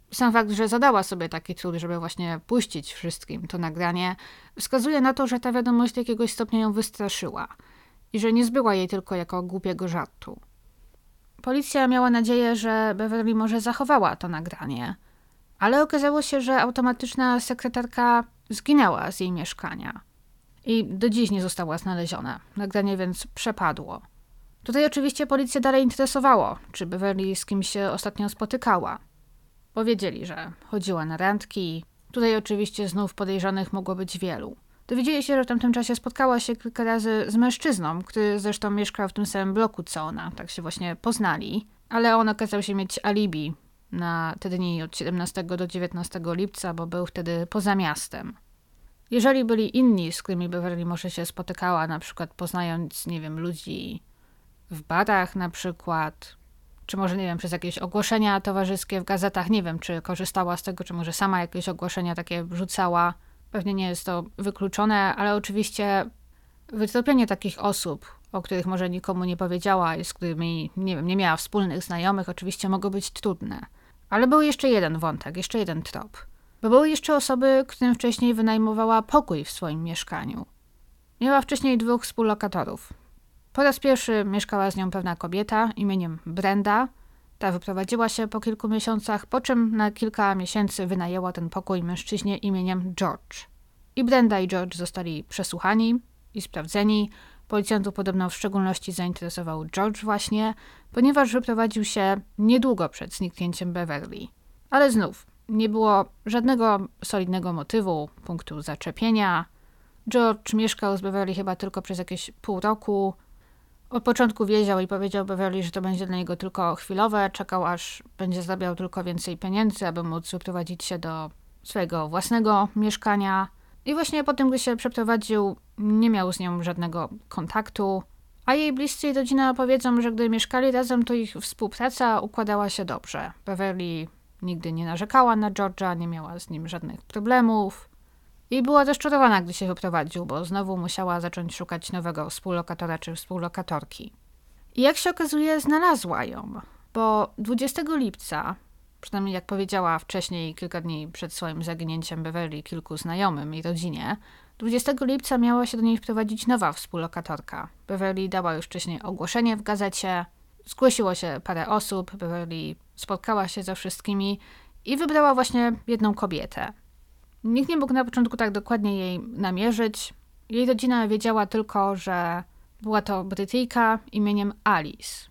Sam fakt, że zadała sobie taki trud, żeby właśnie puścić wszystkim to nagranie, wskazuje na to, że ta wiadomość do jakiegoś stopnia ją wystraszyła i że nie zbyła jej tylko jako głupiego żartu. Policja miała nadzieję, że Beverly może zachowała to nagranie, ale okazało się, że automatyczna sekretarka zginęła z jej mieszkania i do dziś nie została znaleziona. Nagranie więc przepadło. Tutaj oczywiście policję dalej interesowało, czy Beverly z kimś się ostatnio spotykała. Powiedzieli, że chodziła na randki. Tutaj oczywiście znów podejrzanych mogło być wielu. Dowiedzieli się, że w tamtym czasie spotkała się kilka razy z mężczyzną, który zresztą mieszkał w tym samym bloku co ona. Tak się właśnie poznali. Ale on okazał się mieć alibi na te dni od siedemnastego do dziewiętnastego lipca, bo był wtedy poza miastem. Jeżeli byli inni, z którymi Beverly może się spotykała, na przykład poznając, nie wiem, ludzi w barach na przykład, czy może, nie wiem, przez jakieś ogłoszenia towarzyskie w gazetach, nie wiem, czy korzystała z tego, czy może sama jakieś ogłoszenia takie wrzucała. Pewnie nie jest to wykluczone, ale oczywiście wytropienie takich osób, o których może nikomu nie powiedziała i z którymi, nie wiem, nie miała wspólnych znajomych, oczywiście mogło być trudne. Ale był jeszcze jeden wątek, jeszcze jeden trop. Bo były jeszcze osoby, którym wcześniej wynajmowała pokój w swoim mieszkaniu. Miała wcześniej dwóch współlokatorów. Po raz pierwszy mieszkała z nią pewna kobieta imieniem Brenda. Ta wyprowadziła się po kilku miesiącach, po czym na kilka miesięcy wynajęła ten pokój mężczyźnie imieniem George. I Brenda i George zostali przesłuchani i sprawdzeni. Policjantów podobno w szczególności zainteresował George właśnie, ponieważ wyprowadził się niedługo przed zniknięciem Beverly. Ale znów, nie było żadnego solidnego motywu, punktu zaczepienia. George mieszkał z Beverly chyba tylko przez jakieś pół roku. Od początku wiedział i powiedział Beverly, że to będzie dla niego tylko chwilowe. Czekał, aż będzie zarabiał tylko więcej pieniędzy, aby móc wyprowadzić się do swojego własnego mieszkania. I właśnie po tym, gdy się przeprowadził, nie miał z nią żadnego kontaktu. A jej bliscy i rodzina powiedzą, że gdy mieszkali razem, to ich współpraca układała się dobrze. Beverly nigdy nie narzekała na George'a, nie miała z nim żadnych problemów. I była rozczarowana, gdy się wyprowadził, bo znowu musiała zacząć szukać nowego współlokatora czy współlokatorki. I jak się okazuje, znalazła ją, bo dwudziestego lipca, przynajmniej jak powiedziała wcześniej, kilka dni przed swoim zaginięciem Beverly kilku znajomym i rodzinie, dwudziestego lipca miała się do niej wprowadzić nowa współlokatorka. Beverly dała już wcześniej ogłoszenie w gazecie, zgłosiło się parę osób, Beverly spotkała się ze wszystkimi i wybrała właśnie jedną kobietę. Nikt nie mógł na początku tak dokładnie jej namierzyć. Jej rodzina wiedziała tylko, że była to Brytyjka imieniem Alice.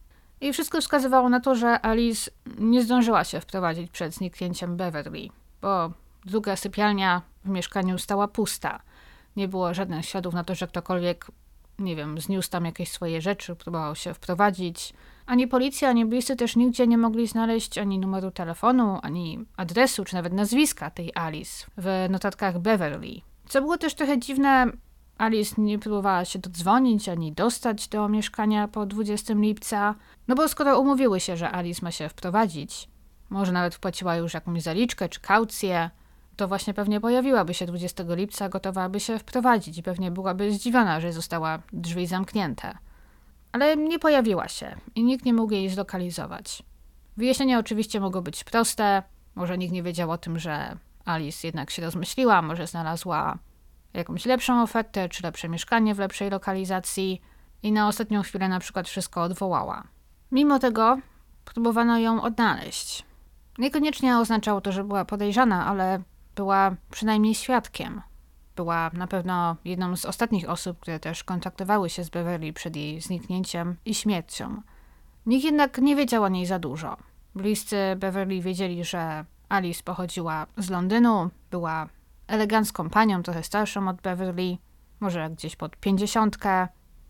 I wszystko wskazywało na to, że Alice nie zdążyła się wprowadzić przed zniknięciem Beverly, bo druga sypialnia w mieszkaniu stała pusta. Nie było żadnych śladów na to, że ktokolwiek, nie wiem, zniósł tam jakieś swoje rzeczy, próbował się wprowadzić. Ani policja, ani bliscy też nigdzie nie mogli znaleźć ani numeru telefonu, ani adresu, czy nawet nazwiska tej Alice w notatkach Beverly. Co było też trochę dziwne, Alice nie próbowała się dodzwonić, ani dostać do mieszkania po dwudziestego lipca, no bo skoro umówiły się, że Alice ma się wprowadzić, może nawet wpłaciła już jakąś zaliczkę czy kaucję, to właśnie pewnie pojawiłaby się dwudziestego lipca, gotowa aby się wprowadzić i pewnie byłaby zdziwiona, że została drzwi zamknięte. Ale nie pojawiła się i nikt nie mógł jej zlokalizować. Wyjaśnienie oczywiście mogło być proste, może nikt nie wiedział o tym, że Alice jednak się rozmyśliła, może znalazła jakąś lepszą ofertę, czy lepsze mieszkanie w lepszej lokalizacji i na ostatnią chwilę na przykład wszystko odwołała. Mimo tego próbowano ją odnaleźć. Niekoniecznie oznaczało to, że była podejrzana, ale była przynajmniej świadkiem. Była na pewno jedną z ostatnich osób, które też kontaktowały się z Beverly przed jej zniknięciem i śmiercią. Nikt jednak nie wiedział o niej za dużo. Bliscy Beverly wiedzieli, że Alice pochodziła z Londynu, była elegancką panią, trochę starszą od Beverly, może gdzieś pod pięćdziesiątkę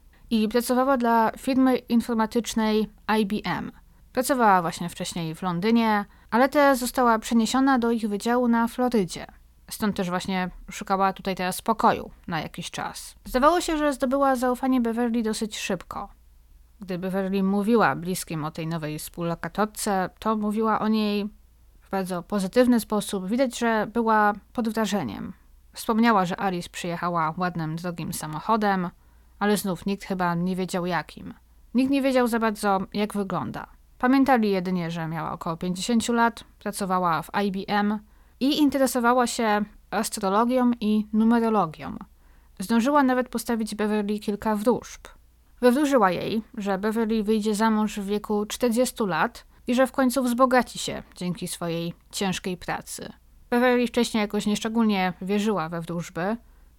i pracowała dla firmy informatycznej I B M. Pracowała właśnie wcześniej w Londynie, ale teraz została przeniesiona do ich wydziału na Florydzie. Stąd też właśnie szukała tutaj teraz spokoju na jakiś czas. Zdawało się, że zdobyła zaufanie Beverly dosyć szybko. Gdy Beverly mówiła bliskim o tej nowej współlokatorce, to mówiła o niej w bardzo pozytywny sposób. Widać, że była pod wrażeniem. Wspomniała, że Alice przyjechała ładnym, drogim samochodem, ale znów nikt chyba nie wiedział jakim. Nikt nie wiedział za bardzo, jak wygląda. Pamiętali jedynie, że miała około pięćdziesiąt lat, pracowała w I B M i interesowała się astrologią i numerologią. Zdążyła nawet postawić Beverly kilka wróżb. Wywróżyła jej, że Beverly wyjdzie za mąż w wieku czterdziestu lat i że w końcu wzbogaci się dzięki swojej ciężkiej pracy. Beverly wcześniej jakoś nieszczególnie wierzyła we wróżby,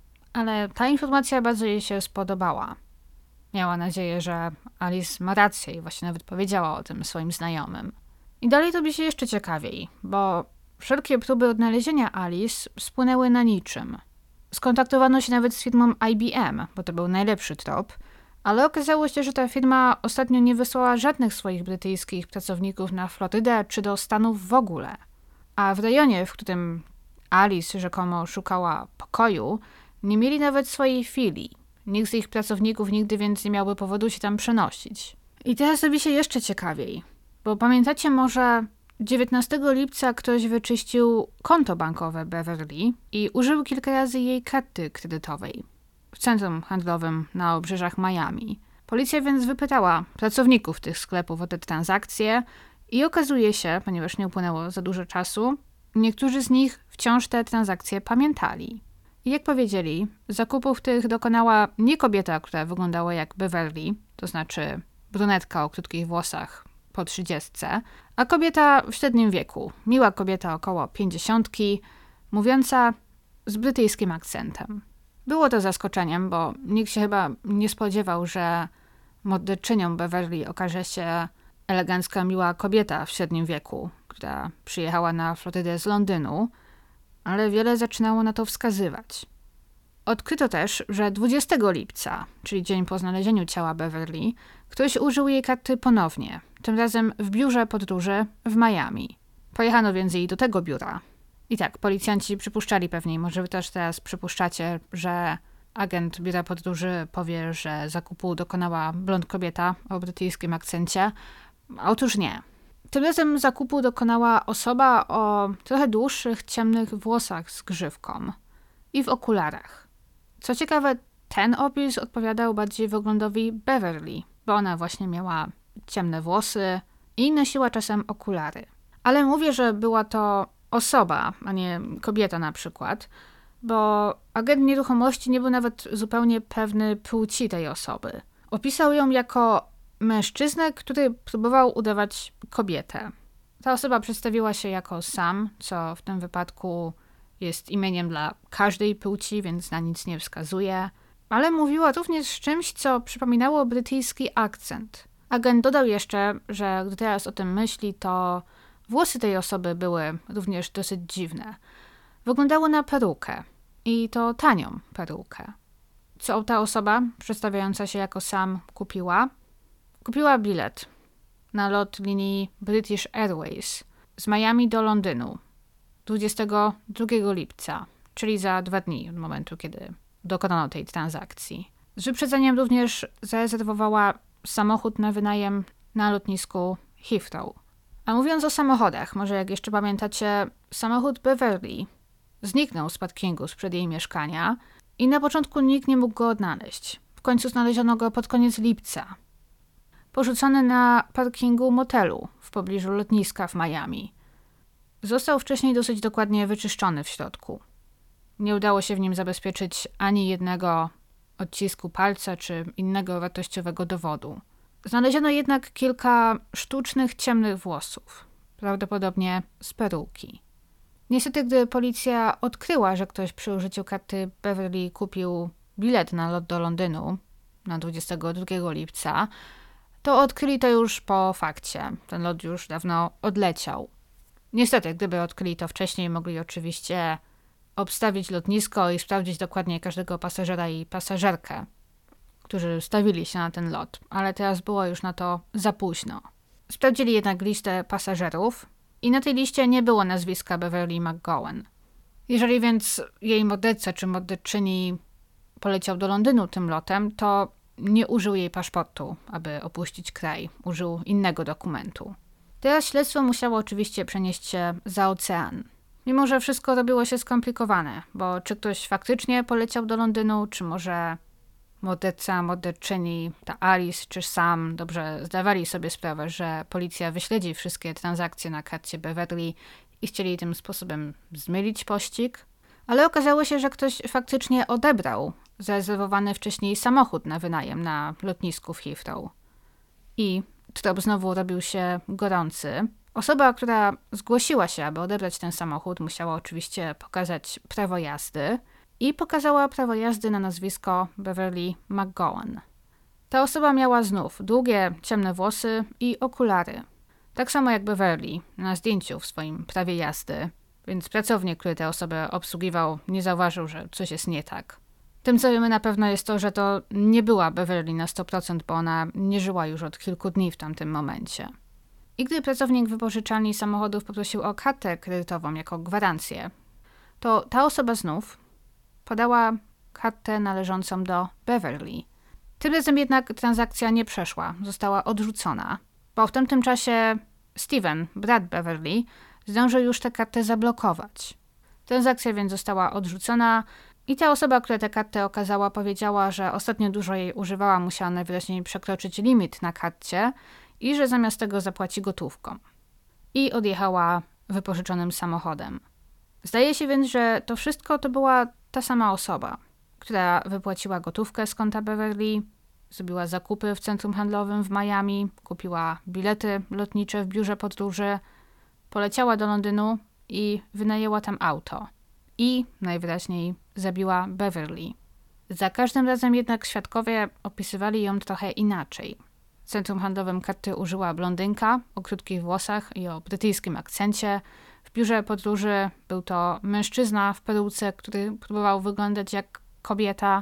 ale ta informacja bardzo jej się spodobała. Miała nadzieję, że Alice ma rację i właśnie nawet powiedziała o tym swoim znajomym. I dalej robi się jeszcze ciekawiej, bo wszelkie próby odnalezienia Alice spłynęły na niczym. Skontaktowano się nawet z firmą I B M, bo to był najlepszy trop, ale okazało się, że ta firma ostatnio nie wysłała żadnych swoich brytyjskich pracowników na Florydę czy do Stanów w ogóle. A w rejonie, w którym Alice rzekomo szukała pokoju, nie mieli nawet swojej filii. Nikt z ich pracowników nigdy więc nie miałby powodu się tam przenosić. I teraz robi się jeszcze ciekawiej, bo pamiętacie może dziewiętnastego lipca ktoś wyczyścił konto bankowe Beverly i użył kilka razy jej karty kredytowej w centrum handlowym na obrzeżach Miami. Policja więc wypytała pracowników tych sklepów o te transakcje i okazuje się, ponieważ nie upłynęło za dużo czasu, niektórzy z nich wciąż te transakcje pamiętali. I jak powiedzieli, zakupów tych dokonała nie kobieta, która wyglądała jak Beverly, to znaczy brunetka o krótkich włosach po trzydziestce, a kobieta w średnim wieku, miła kobieta około pięćdziesiątki, mówiąca z brytyjskim akcentem. Było to zaskoczeniem, bo nikt się chyba nie spodziewał, że morderczynią Beverly okaże się elegancka, miła kobieta w średnim wieku, która przyjechała na Florydę z Londynu, ale wiele zaczynało na to wskazywać. Odkryto też, że dwudziestego lipca, czyli dzień po znalezieniu ciała Beverly, ktoś użył jej karty ponownie, tym razem w biurze podróży w Miami. Pojechano więc jej do tego biura. I tak, policjanci przypuszczali pewnie, może wy też teraz przypuszczacie, że agent biura podróży powie, że zakupu dokonała blond kobieta o brytyjskim akcencie. Otóż nie. Tym razem zakupu dokonała osoba o trochę dłuższych, ciemnych włosach z grzywką i w okularach. Co ciekawe, ten opis odpowiadał bardziej wyglądowi Beverly, bo ona właśnie miała ciemne włosy i nosiła czasem okulary. Ale mówię, że była to osoba, a nie kobieta na przykład, bo agent nieruchomości nie był nawet zupełnie pewny płci tej osoby. Opisał ją jako mężczyznę, który próbował udawać kobietę. Ta osoba przedstawiła się jako Sam, co w tym wypadku jest imieniem dla każdej płci, więc na nic nie wskazuje, ale mówiła również czymś, co przypominało brytyjski akcent. Agent dodał jeszcze, że gdy teraz o tym myśli, to włosy tej osoby były również dosyć dziwne. Wyglądały na perukę i to tanią perukę. Co ta osoba, przedstawiająca się jako Sam, kupiła? Kupiła bilet na lot linii British Airways z Miami do Londynu dwudziestego drugiego lipca, czyli za dwa dni od momentu, kiedy dokonano tej transakcji. Z wyprzedzeniem również zarezerwowała samochód na wynajem na lotnisku Heathrow. A mówiąc o samochodach, może jak jeszcze pamiętacie, samochód Beverly zniknął z parkingu sprzed jej mieszkania i na początku nikt nie mógł go odnaleźć. W końcu znaleziono go pod koniec lipca. Porzucony na parkingu motelu w pobliżu lotniska w Miami. Został wcześniej dosyć dokładnie wyczyszczony w środku. Nie udało się w nim zabezpieczyć ani jednego odcisku palca czy innego wartościowego dowodu. Znaleziono jednak kilka sztucznych, ciemnych włosów, prawdopodobnie z peruki. Niestety, gdy policja odkryła, że ktoś przy użyciu karty Beverly kupił bilet na lot do Londynu na dwudziestego drugiego lipca, to odkryli to już po fakcie. Ten lot już dawno odleciał. Niestety, gdyby odkryli to wcześniej, mogli oczywiście obstawić lotnisko i sprawdzić dokładnie każdego pasażera i pasażerkę, którzy stawili się na ten lot, ale teraz było już na to za późno. Sprawdzili jednak listę pasażerów i na tej liście nie było nazwiska Beverly McGowan. Jeżeli więc jej morderca czy morderczyni poleciał do Londynu tym lotem, to nie użył jej paszportu, aby opuścić kraj. Użył innego dokumentu. Teraz śledztwo musiało oczywiście przenieść się za ocean. Mimo że wszystko robiło się skomplikowane, bo czy ktoś faktycznie poleciał do Londynu, czy może morderca, morderczyni, ta Alice czy Sam dobrze zdawali sobie sprawę, że policja wyśledzi wszystkie transakcje na karcie Beverly i chcieli tym sposobem zmylić pościg. Ale okazało się, że ktoś faktycznie odebrał zarezerwowany wcześniej samochód na wynajem na lotnisku w Heathrow. I trop znowu robił się gorący. Osoba, która zgłosiła się, aby odebrać ten samochód, musiała oczywiście pokazać prawo jazdy i pokazała prawo jazdy na nazwisko Beverly McGowan. Ta osoba miała znów długie, ciemne włosy i okulary. Tak samo jak Beverly na zdjęciu w swoim prawie jazdy, więc pracownik, który tę osobę obsługiwał, nie zauważył, że coś jest nie tak. Tym, co wiemy na pewno, jest to, że to nie była Beverly na sto procent, bo ona nie żyła już od kilku dni w tamtym momencie. I gdy pracownik wypożyczalni samochodów poprosił o kartę kredytową jako gwarancję, to ta osoba znów podała kartę należącą do Beverly. Tym razem jednak transakcja nie przeszła, została odrzucona, bo w tamtym czasie Steven, brat Beverly, zdążył już tę kartę zablokować. Transakcja więc została odrzucona i ta osoba, która tę kartę okazała, powiedziała, że ostatnio dużo jej używała, musiała najwyraźniej przekroczyć limit na karcie i że zamiast tego zapłaci gotówką. I odjechała wypożyczonym samochodem. Zdaje się więc, że to wszystko to była ta sama osoba, która wypłaciła gotówkę z konta Beverly, zrobiła zakupy w centrum handlowym w Miami, kupiła bilety lotnicze w biurze podróży, poleciała do Londynu i wynajęła tam auto. I najwyraźniej zabiła Beverly. Za każdym razem jednak świadkowie opisywali ją trochę inaczej. W centrum handlowym karty użyła blondynka o krótkich włosach i o brytyjskim akcencie. W biurze podróży był to mężczyzna w peruce, który próbował wyglądać jak kobieta,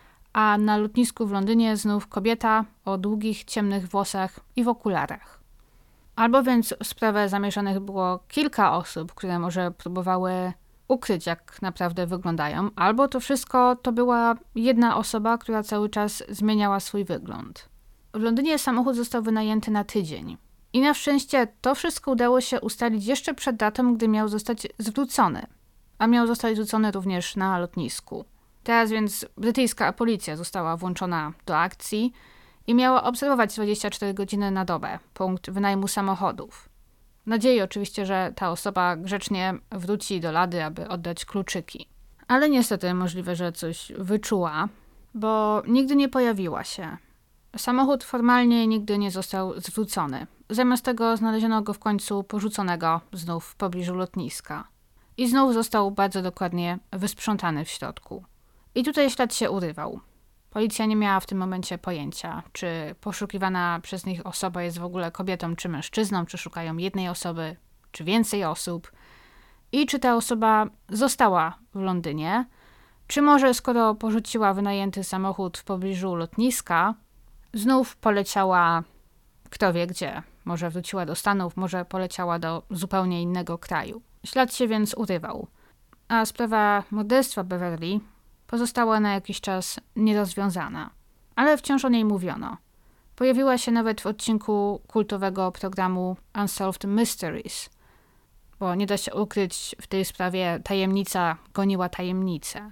a na lotnisku w Londynie znów kobieta o długich, ciemnych włosach i w okularach. Albo więc w sprawę zamierzonych było kilka osób, które może próbowały ukryć, jak naprawdę wyglądają, albo to wszystko to była jedna osoba, która cały czas zmieniała swój wygląd. W Londynie samochód został wynajęty na tydzień. I na szczęście to wszystko udało się ustalić jeszcze przed datą, gdy miał zostać zwrócony. A miał zostać zwrócony również na lotnisku. Teraz więc brytyjska policja została włączona do akcji i miała obserwować dwadzieścia cztery godziny na dobę punkt wynajmu samochodów. W nadziei oczywiście, że ta osoba grzecznie wróci do lady, aby oddać kluczyki. Ale niestety możliwe, że coś wyczuła, bo nigdy nie pojawiła się. Samochód formalnie nigdy nie został zwrócony. Zamiast tego znaleziono go w końcu porzuconego znów w pobliżu lotniska. I znów został bardzo dokładnie wysprzątany w środku. I tutaj ślad się urywał. Policja nie miała w tym momencie pojęcia, czy poszukiwana przez nich osoba jest w ogóle kobietą czy mężczyzną, czy szukają jednej osoby, czy więcej osób. I czy ta osoba została w Londynie, czy może skoro porzuciła wynajęty samochód w pobliżu lotniska, znów poleciała kto wie gdzie. Może wróciła do Stanów, może poleciała do zupełnie innego kraju. Ślad się więc urywał. A sprawa morderstwa Beverly pozostała na jakiś czas nierozwiązana. Ale wciąż o niej mówiono. Pojawiła się nawet w odcinku kultowego programu Unsolved Mysteries, bo nie da się ukryć, w tej sprawie tajemnica goniła tajemnicę.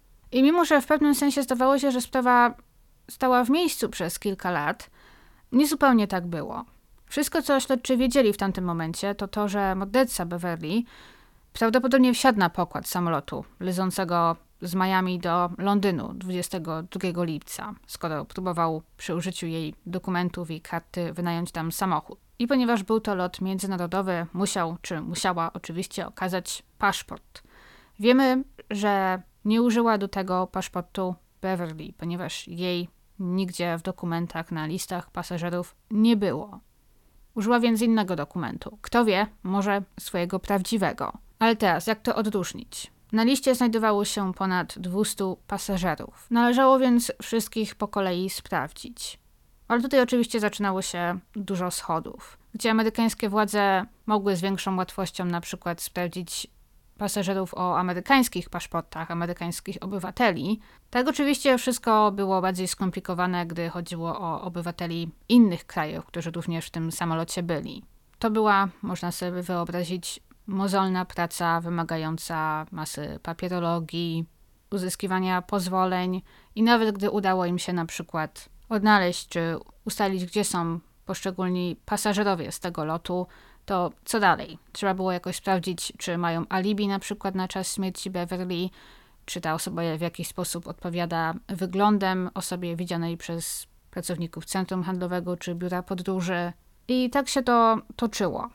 I mimo, że w pewnym sensie zdawało się, że sprawa stała w miejscu przez kilka lat, niezupełnie tak było. Wszystko, co śledczy wiedzieli w tamtym momencie, to to, że morderca Beverly prawdopodobnie wsiadł na pokład samolotu lecącego z Miami do Londynu dwudziestego drugiego lipca, skoro próbował przy użyciu jej dokumentów i karty wynająć tam samochód. I ponieważ był to lot międzynarodowy, musiał, czy musiała oczywiście okazać paszport. Wiemy, że nie użyła do tego paszportu Beverly, ponieważ jej nigdzie w dokumentach na listach pasażerów nie było. Użyła więc innego dokumentu. Kto wie, może swojego prawdziwego. Ale teraz, jak to odróżnić? Na liście znajdowało się ponad dwustu pasażerów. Należało więc wszystkich po kolei sprawdzić. Ale tutaj oczywiście zaczynało się dużo schodów, gdzie amerykańskie władze mogły z większą łatwością na przykład sprawdzić pasażerów o amerykańskich paszportach, amerykańskich obywateli. Tak oczywiście wszystko było bardziej skomplikowane, gdy chodziło o obywateli innych krajów, którzy również w tym samolocie byli. To była, można sobie wyobrazić, mozolna praca wymagająca masy papierologii, uzyskiwania pozwoleń i nawet gdy udało im się na przykład odnaleźć czy ustalić, gdzie są poszczególni pasażerowie z tego lotu, to co dalej? Trzeba było jakoś sprawdzić, czy mają alibi na przykład na czas śmierci Beverly, czy ta osoba w jakiś sposób odpowiada wyglądem osobie widzianej przez pracowników centrum handlowego czy biura podróży. I tak się to toczyło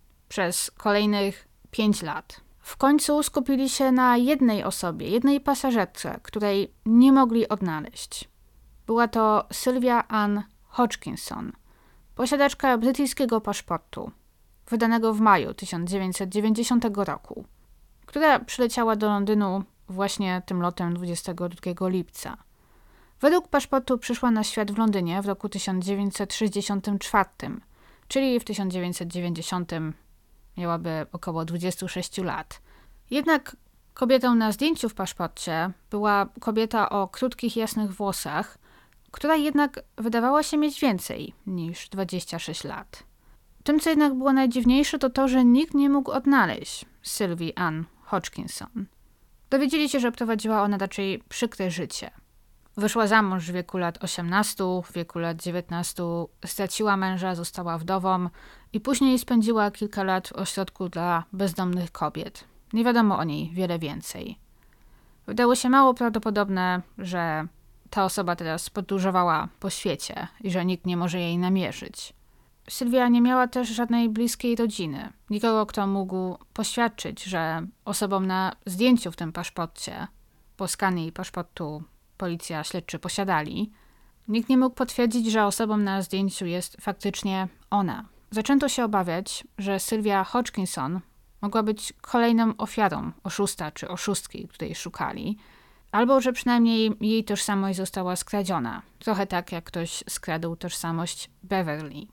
przez kolejnych pięć lat. W końcu skupili się na jednej osobie, jednej pasażerce, której nie mogli odnaleźć. Była to Sylvia Ann Hodgkinson, posiadaczka brytyjskiego paszportu, wydanego w maju tysiąc dziewięćset dziewięćdziesiątego roku, która przyleciała do Londynu właśnie tym lotem dwudziestego drugiego lipca. Według paszportu przyszła na świat w Londynie w roku tysiąc dziewięćset sześćdziesiątym czwartym, czyli w tysiąc dziewięćset dziewięćdziesiątym miałaby około dwadzieścia sześć lat. Jednak kobietą na zdjęciu w paszporcie była kobieta o krótkich, jasnych włosach, która jednak wydawała się mieć więcej niż dwadzieścia sześć lat. Tym, co jednak było najdziwniejsze, to to, że nikt nie mógł odnaleźć Sylwii Ann Hodgkinson. Dowiedzieli się, że prowadziła ona raczej przykre życie. Wyszła za mąż w wieku lat osiemnastu, w wieku lat dziewiętnastu straciła męża, została wdową i później spędziła kilka lat w ośrodku dla bezdomnych kobiet. Nie wiadomo o niej wiele więcej. Wydało się mało prawdopodobne, że ta osoba teraz podróżowała po świecie i że nikt nie może jej namierzyć. Sylwia nie miała też żadnej bliskiej rodziny. Nikogo, kto mógł poświadczyć, że osobą na zdjęciu w tym paszporcie, po skanie jej paszportu policja, śledczy posiadali, nikt nie mógł potwierdzić, że osobą na zdjęciu jest faktycznie ona. Zaczęto się obawiać, że Sylwia Hodgkinson mogła być kolejną ofiarą oszusta czy oszustki, której szukali, albo że przynajmniej jej tożsamość została skradziona. Trochę tak, jak ktoś skradł tożsamość Beverly.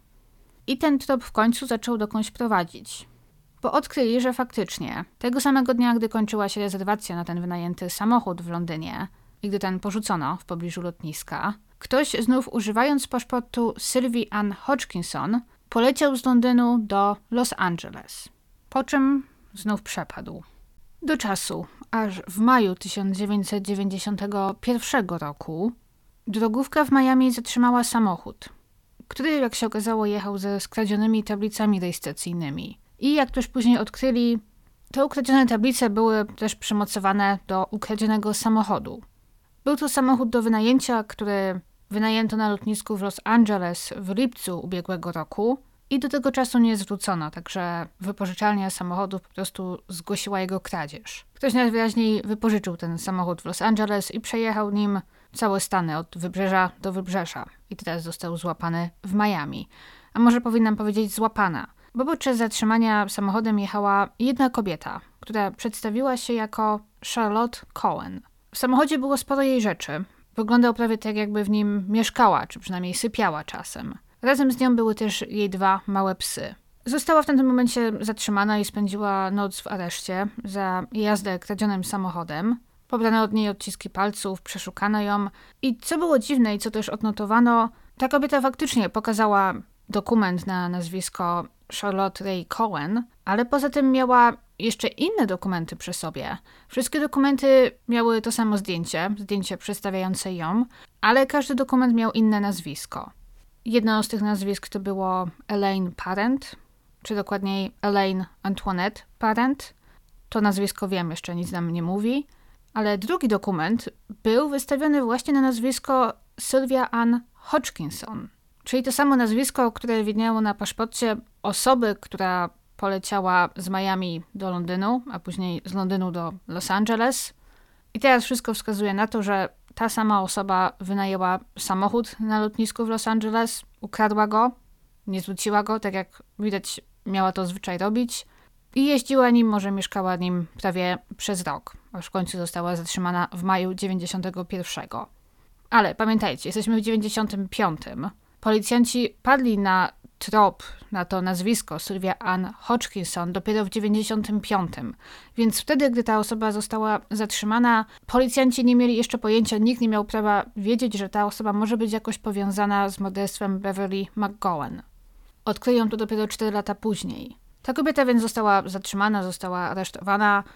I ten trop w końcu zaczął dokądś prowadzić. Bo odkryli, że faktycznie tego samego dnia, gdy kończyła się rezerwacja na ten wynajęty samochód w Londynie i gdy ten porzucono w pobliżu lotniska, ktoś znów używając paszportu Sylwii Ann Hodgkinson poleciał z Londynu do Los Angeles, po czym znów przepadł. Do czasu, aż w maju tysiąc dziewięćset dziewięćdziesiątego pierwszego roku drogówka w Miami zatrzymała samochód, który, jak się okazało, jechał ze skradzionymi tablicami rejestracyjnymi. I jak też później odkryli, te ukradzione tablice były też przymocowane do ukradzionego samochodu. Był to samochód do wynajęcia, który wynajęto na lotnisku w Los Angeles w lipcu ubiegłego roku i do tego czasu nie zwrócono, także wypożyczalnia samochodów po prostu zgłosiła jego kradzież. Ktoś najwyraźniej wypożyczył ten samochód w Los Angeles i przejechał nim całe Stany od wybrzeża do wybrzeża i teraz został złapany w Miami. A może powinnam powiedzieć złapana, bo podczas zatrzymania samochodem jechała jedna kobieta, która przedstawiła się jako Charlotte Cohen. W samochodzie było sporo jej rzeczy. Wyglądał prawie tak, jakby w nim mieszkała, czy przynajmniej sypiała czasem. Razem z nią były też jej dwa małe psy. Została w tamtym momencie zatrzymana i spędziła noc w areszcie za jazdę kradzionym samochodem. Pobrano od niej odciski palców, przeszukano ją i co było dziwne i co też odnotowano, ta kobieta faktycznie pokazała dokument na nazwisko Charlotte Ray Cohen, ale poza tym miała jeszcze inne dokumenty przy sobie. Wszystkie dokumenty miały to samo zdjęcie, zdjęcie przedstawiające ją, ale każdy dokument miał inne nazwisko. Jedno z tych nazwisk to było Elaine Parent, czy dokładniej Elaine Antoinette Parent. To nazwisko wiem, jeszcze nic nam nie mówi. Ale drugi dokument był wystawiony właśnie na nazwisko Sylwia Ann Hodgkinson, czyli to samo nazwisko, które widniało na paszporcie osoby, która poleciała z Miami do Londynu, a później z Londynu do Los Angeles. I teraz wszystko wskazuje na to, że ta sama osoba wynajęła samochód na lotnisku w Los Angeles, ukradła go, nie zwróciła go, tak jak widać miała to zwyczaj robić, i jeździła nim, może mieszkała nim prawie przez rok, aż w końcu została zatrzymana w maju dziewięćdziesiątego pierwszego. Ale pamiętajcie, jesteśmy w dziewięćdziesiątym piątym. Policjanci padli na trop, na to nazwisko Sylwia Ann Hodgkinson dopiero w dziewięćdziesiątym piątym. Więc wtedy, gdy ta osoba została zatrzymana, policjanci nie mieli jeszcze pojęcia, nikt nie miał prawa wiedzieć, że ta osoba może być jakoś powiązana z morderstwem Beverly McGowan. Odkryją to dopiero cztery lata później. Ta kobieta więc została zatrzymana, została aresztowana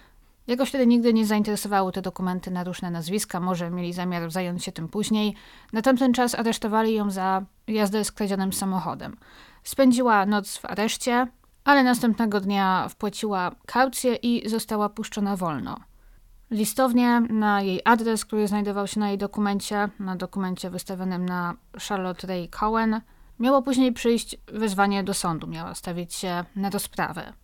Jakoś wtedy nigdy nie zainteresowały te dokumenty na różne nazwiska, może mieli zamiar zająć się tym później. Na tamten czas aresztowali ją za jazdę skradzionym samochodem. Spędziła noc w areszcie, ale następnego dnia wpłaciła kaucję i została puszczona wolno. Listownie na jej adres, który znajdował się na jej dokumencie, na dokumencie wystawionym na Charlotte Ray Cohen, miało później przyjść wezwanie do sądu, miała stawić się na rozprawę.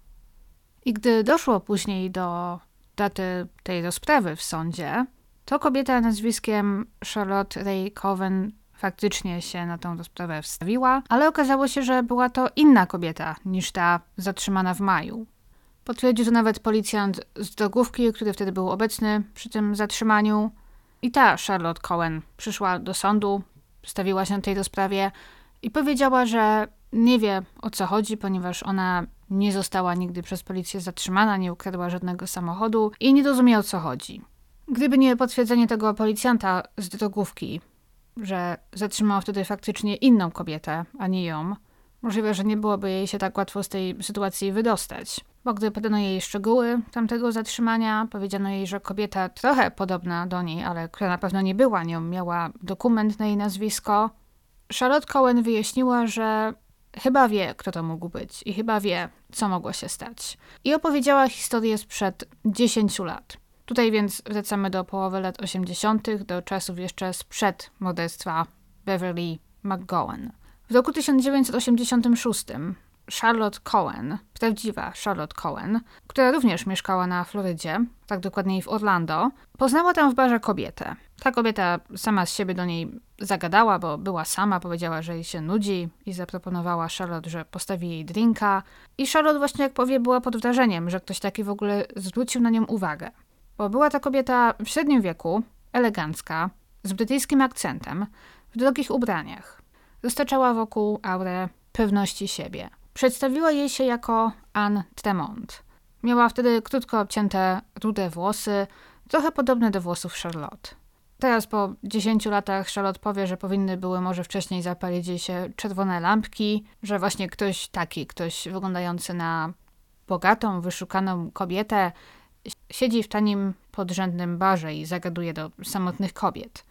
I gdy doszło później do daty tej rozprawy w sądzie, to kobieta nazwiskiem Charlotte Ray Cohen faktycznie się na tą rozprawę wstawiła, ale okazało się, że była to inna kobieta niż ta zatrzymana w maju. Potwierdził to nawet policjant z drogówki, który wtedy był obecny przy tym zatrzymaniu. I ta Charlotte Cohen przyszła do sądu, stawiła się na tej rozprawie i powiedziała, że nie wie, o co chodzi, ponieważ ona nie została nigdy przez policję zatrzymana, nie ukradła żadnego samochodu i nie rozumie, o co chodzi. Gdyby nie potwierdzenie tego policjanta z drogówki, że zatrzymał wtedy faktycznie inną kobietę, a nie ją, możliwe, że nie byłoby jej się tak łatwo z tej sytuacji wydostać. Bo gdy podano jej szczegóły tamtego zatrzymania, powiedziano jej, że kobieta trochę podobna do niej, ale która na pewno nie była nią, miała dokument na jej nazwisko, Charlotte Cohen wyjaśniła, że chyba wie, kto to mógł być i chyba wie, co mogło się stać. I opowiedziała historię sprzed dziesięciu lat. Tutaj więc wracamy do połowy lat osiemdziesiątych, do czasów jeszcze sprzed morderstwa Beverly McGowan. W roku tysiąc dziewięćset osiemdziesiątym szóstym Charlotte Cohen, prawdziwa Charlotte Cohen, która również mieszkała na Florydzie, tak dokładniej w Orlando, poznała tam w barze kobietę. Ta kobieta sama z siebie do niej zagadała, bo była sama, powiedziała, że jej się nudzi i zaproponowała Charlotte, że postawi jej drinka. I Charlotte właśnie, jak powie, była pod wrażeniem, że ktoś taki w ogóle zwrócił na nią uwagę. Bo była ta kobieta w średnim wieku, elegancka, z brytyjskim akcentem, w drogich ubraniach. Roztaczała wokół aurę pewności siebie. Przedstawiła jej się jako Anne Tremont. Miała wtedy krótko obcięte, rude włosy, trochę podobne do włosów Charlotte. Teraz po dziesięciu latach Charlotte powie, że powinny były może wcześniej zapalić jej się czerwone lampki, że właśnie ktoś taki, ktoś wyglądający na bogatą, wyszukaną kobietę siedzi w tanim, podrzędnym barze i zagaduje do samotnych kobiet.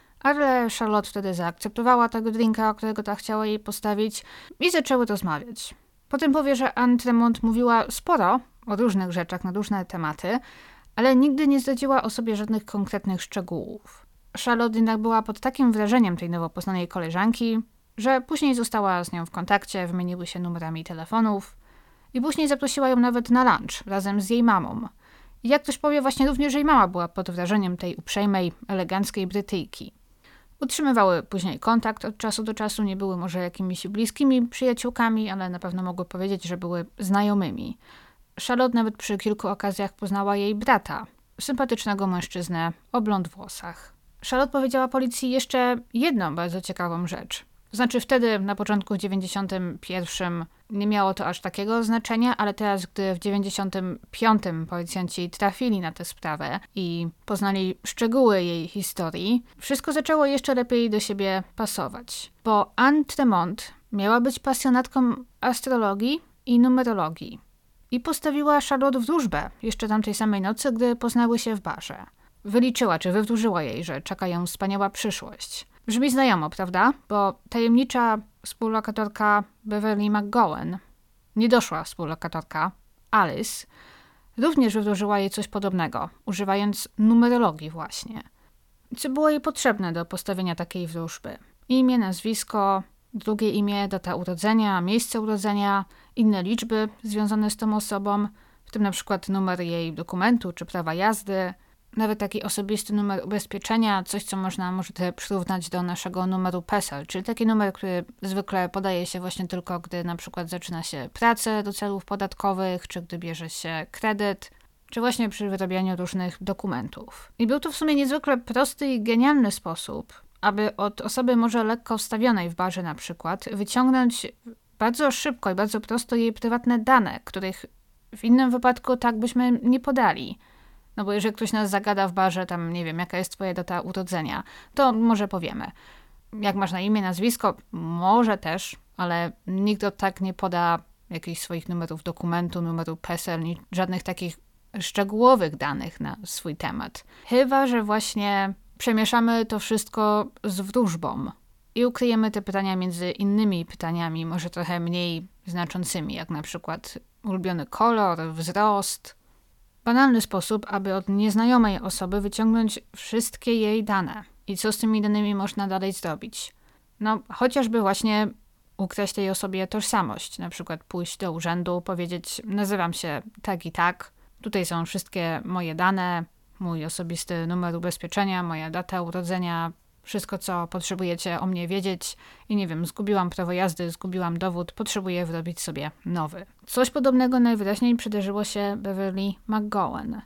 Ale Charlotte wtedy zaakceptowała tego drinka, którego ta chciała jej postawić i zaczęły rozmawiać. Potem powie, że Anne Tremont mówiła sporo o różnych rzeczach na różne tematy, ale nigdy nie zdradziła o sobie żadnych konkretnych szczegółów. Charlotte jednak była pod takim wrażeniem tej nowo poznanej koleżanki, że później została z nią w kontakcie, wymieniły się numerami telefonów i później zaprosiła ją nawet na lunch razem z jej mamą. I jak ktoś powie, właśnie również jej mama była pod wrażeniem tej uprzejmej, eleganckiej Brytyjki. Utrzymywały później kontakt od czasu do czasu, nie były może jakimiś bliskimi przyjaciółkami, ale na pewno mogły powiedzieć, że były znajomymi. Charlotte nawet przy kilku okazjach poznała jej brata, sympatycznego mężczyznę o blond włosach. Charlotte powiedziała policji jeszcze jedną bardzo ciekawą rzecz. To znaczy wtedy, na początku w dziewięćdziesiątym pierwszym nie miało to aż takiego znaczenia, ale teraz, gdy w dziewięćdziesiątym piątym policjanci trafili na tę sprawę i poznali szczegóły jej historii, wszystko zaczęło jeszcze lepiej do siebie pasować. Bo Anne Tremont miała być pasjonatką astrologii i numerologii. I postawiła Charlotte wróżbę jeszcze tamtej samej nocy, gdy poznały się w barze. Wyliczyła, czy wywróżyła jej, że czeka ją wspaniała przyszłość. Brzmi znajomo, prawda? Bo tajemnicza współlokatorka Beverly McGowan, niedoszła współlokatorka Alice, również wywróżyła jej coś podobnego, używając numerologii właśnie. Co było jej potrzebne do postawienia takiej wróżby? Imię, nazwisko, drugie imię, data urodzenia, miejsce urodzenia, inne liczby związane z tą osobą, w tym na przykład numer jej dokumentu czy prawa jazdy, nawet taki osobisty numer ubezpieczenia, coś co można może trochę przyrównać do naszego numeru PESEL, czyli taki numer, który zwykle podaje się właśnie tylko, gdy na przykład zaczyna się pracę do celów podatkowych, czy gdy bierze się kredyt, czy właśnie przy wyrabianiu różnych dokumentów. I był to w sumie niezwykle prosty i genialny sposób, aby od osoby może lekko wstawionej w barze na przykład wyciągnąć bardzo szybko i bardzo prosto jej prywatne dane, których w innym wypadku tak byśmy nie podali. No bo jeżeli ktoś nas zagada w barze, tam nie wiem, jaka jest twoja data urodzenia, to może powiemy. Jak masz na imię, nazwisko, może też, ale nikt od tak nie poda jakichś swoich numerów dokumentu, numeru PESEL, żadnych takich szczegółowych danych na swój temat. Chyba że właśnie przemieszamy to wszystko z wróżbą i ukryjemy te pytania między innymi pytaniami, może trochę mniej znaczącymi, jak na przykład ulubiony kolor, wzrost. Banalny sposób, aby od nieznajomej osoby wyciągnąć wszystkie jej dane. I co z tymi danymi można dalej zrobić? No, chociażby właśnie ukraść tej osobie tożsamość. Na przykład pójść do urzędu, powiedzieć: nazywam się tak i tak, tutaj są wszystkie moje dane, mój osobisty numer ubezpieczenia, moja data urodzenia, wszystko, co potrzebujecie o mnie wiedzieć i nie wiem, zgubiłam prawo jazdy, zgubiłam dowód, potrzebuję wyrobić sobie nowy. Coś podobnego najwyraźniej przydarzyło się Beverly McGowan.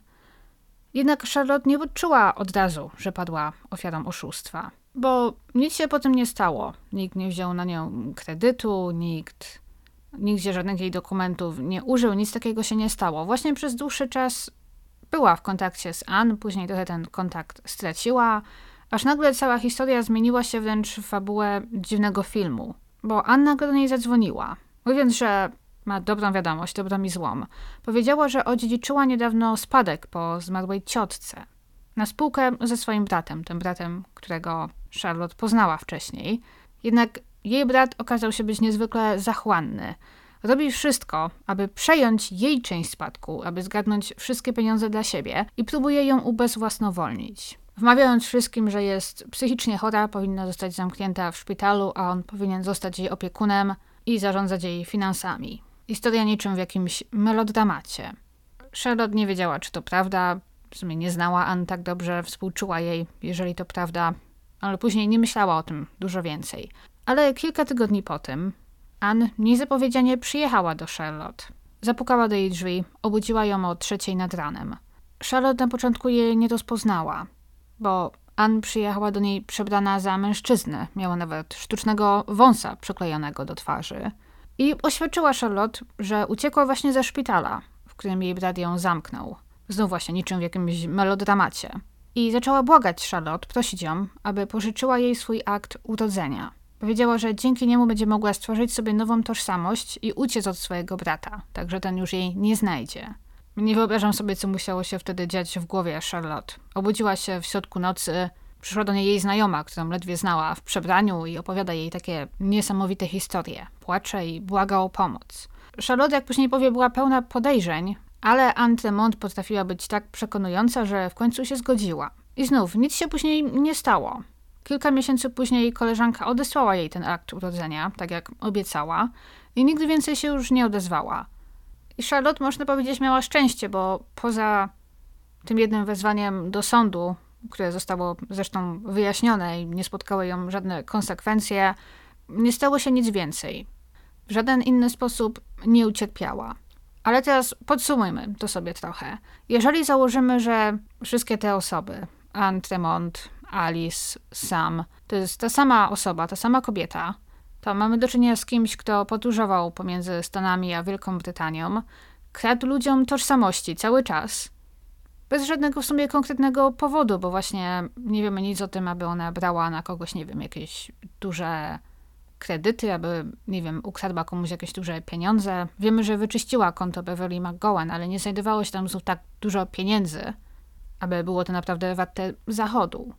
Jednak Charlotte nie odczuła od razu, że padła ofiarą oszustwa, bo nic się po tym nie stało. Nikt nie wziął na nią kredytu, nikt nigdzie żadnych jej dokumentów nie użył, nic takiego się nie stało. Właśnie przez dłuższy czas była w kontakcie z Ann, później trochę ten kontakt straciła, aż nagle cała historia zmieniła się wręcz w fabułę dziwnego filmu, bo Ann nagle do niej zadzwoniła, mówiąc, że ma dobrą wiadomość, dobrą i złą. Powiedziała, że odziedziczyła niedawno spadek po zmarłej ciotce na spółkę ze swoim bratem, tym bratem, którego Charlotte poznała wcześniej. Jednak jej brat okazał się być niezwykle zachłanny. Robi wszystko, aby przejąć jej część spadku, aby zgarnąć wszystkie pieniądze dla siebie i próbuje ją ubezwłasnowolnić. Wmawiając wszystkim, że jest psychicznie chora, powinna zostać zamknięta w szpitalu, a on powinien zostać jej opiekunem i zarządzać jej finansami. Historia niczym w jakimś melodramacie. Charlotte nie wiedziała, czy to prawda, w sumie nie znała Ann tak dobrze, współczuła jej, jeżeli to prawda, ale później nie myślała o tym dużo więcej. Ale kilka tygodni po tym Ann niezapowiedzianie przyjechała do Charlotte. Zapukała do jej drzwi, obudziła ją o trzeciej nad ranem. Charlotte na początku jej nie rozpoznała, bo Ann przyjechała do niej przebrana za mężczyznę. Miała nawet sztucznego wąsa przyklejonego do twarzy. I oświadczyła Charlotte, że uciekła właśnie ze szpitala, w którym jej brat ją zamknął. Znów właśnie niczym w jakimś melodramacie. I zaczęła błagać Charlotte, prosić ją, aby pożyczyła jej swój akt urodzenia. Powiedziała, że dzięki niemu będzie mogła stworzyć sobie nową tożsamość i uciec od swojego brata, tak że ten już jej nie znajdzie. Nie wyobrażam sobie, co musiało się wtedy dziać w głowie Charlotte. Obudziła się w środku nocy, przyszła do niej jej znajoma, którą ledwie znała, w przebraniu i opowiada jej takie niesamowite historie. Płacze i błaga o pomoc. Charlotte, jak później powie, była pełna podejrzeń, ale Ann Tremont potrafiła być tak przekonująca, że w końcu się zgodziła. I znów, nic się później nie stało. Kilka miesięcy później koleżanka odesłała jej ten akt urodzenia, tak jak obiecała, i nigdy więcej się już nie odezwała. I Charlotte, można powiedzieć, miała szczęście, bo poza tym jednym wezwaniem do sądu, które zostało zresztą wyjaśnione i nie spotkały ją żadne konsekwencje, nie stało się nic więcej. W żaden inny sposób nie ucierpiała. Ale teraz podsumujmy to sobie trochę. Jeżeli założymy, że wszystkie te osoby, Ann Tremont, Alice, Sam, to jest ta sama osoba, ta sama kobieta, to mamy do czynienia z kimś, kto podróżował pomiędzy Stanami a Wielką Brytanią, kradł ludziom tożsamości cały czas, bez żadnego w sumie konkretnego powodu, bo właśnie nie wiemy nic o tym, aby ona brała na kogoś, nie wiem, jakieś duże kredyty, aby, nie wiem, ukradła komuś jakieś duże pieniądze. Wiemy, że wyczyściła konto Beverly McGowan, ale nie znajdowało się tam znów tak dużo pieniędzy, aby było to naprawdę warte zachodu.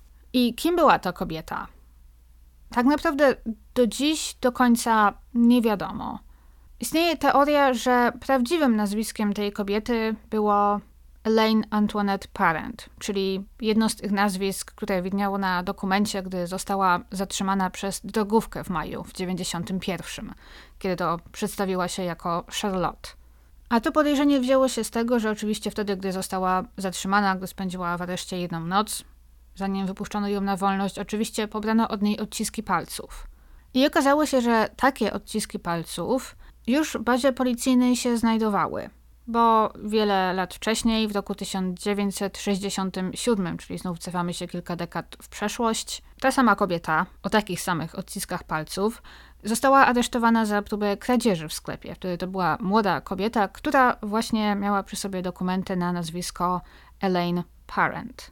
I kim była ta kobieta? Tak naprawdę do dziś do końca nie wiadomo. Istnieje teoria, że prawdziwym nazwiskiem tej kobiety było Elaine Antoinette Parent, czyli jedno z tych nazwisk, które widniało na dokumencie, gdy została zatrzymana przez drogówkę w maju w dziewięćdziesiątym pierwszym, kiedy to przedstawiła się jako Charlotte. A to podejrzenie wzięło się z tego, że oczywiście wtedy, gdy została zatrzymana, gdy spędziła w areszcie jedną noc, zanim wypuszczono ją na wolność, oczywiście pobrano od niej odciski palców. I okazało się, że takie odciski palców już w bazie policyjnej się znajdowały, bo wiele lat wcześniej, w roku tysiąc dziewięćset sześćdziesiątym siódmym, czyli znów cofamy się kilka dekad w przeszłość, ta sama kobieta o takich samych odciskach palców została aresztowana za próbę kradzieży w sklepie. Wtedy to była młoda kobieta, która właśnie miała przy sobie dokumenty na nazwisko Elaine Parent.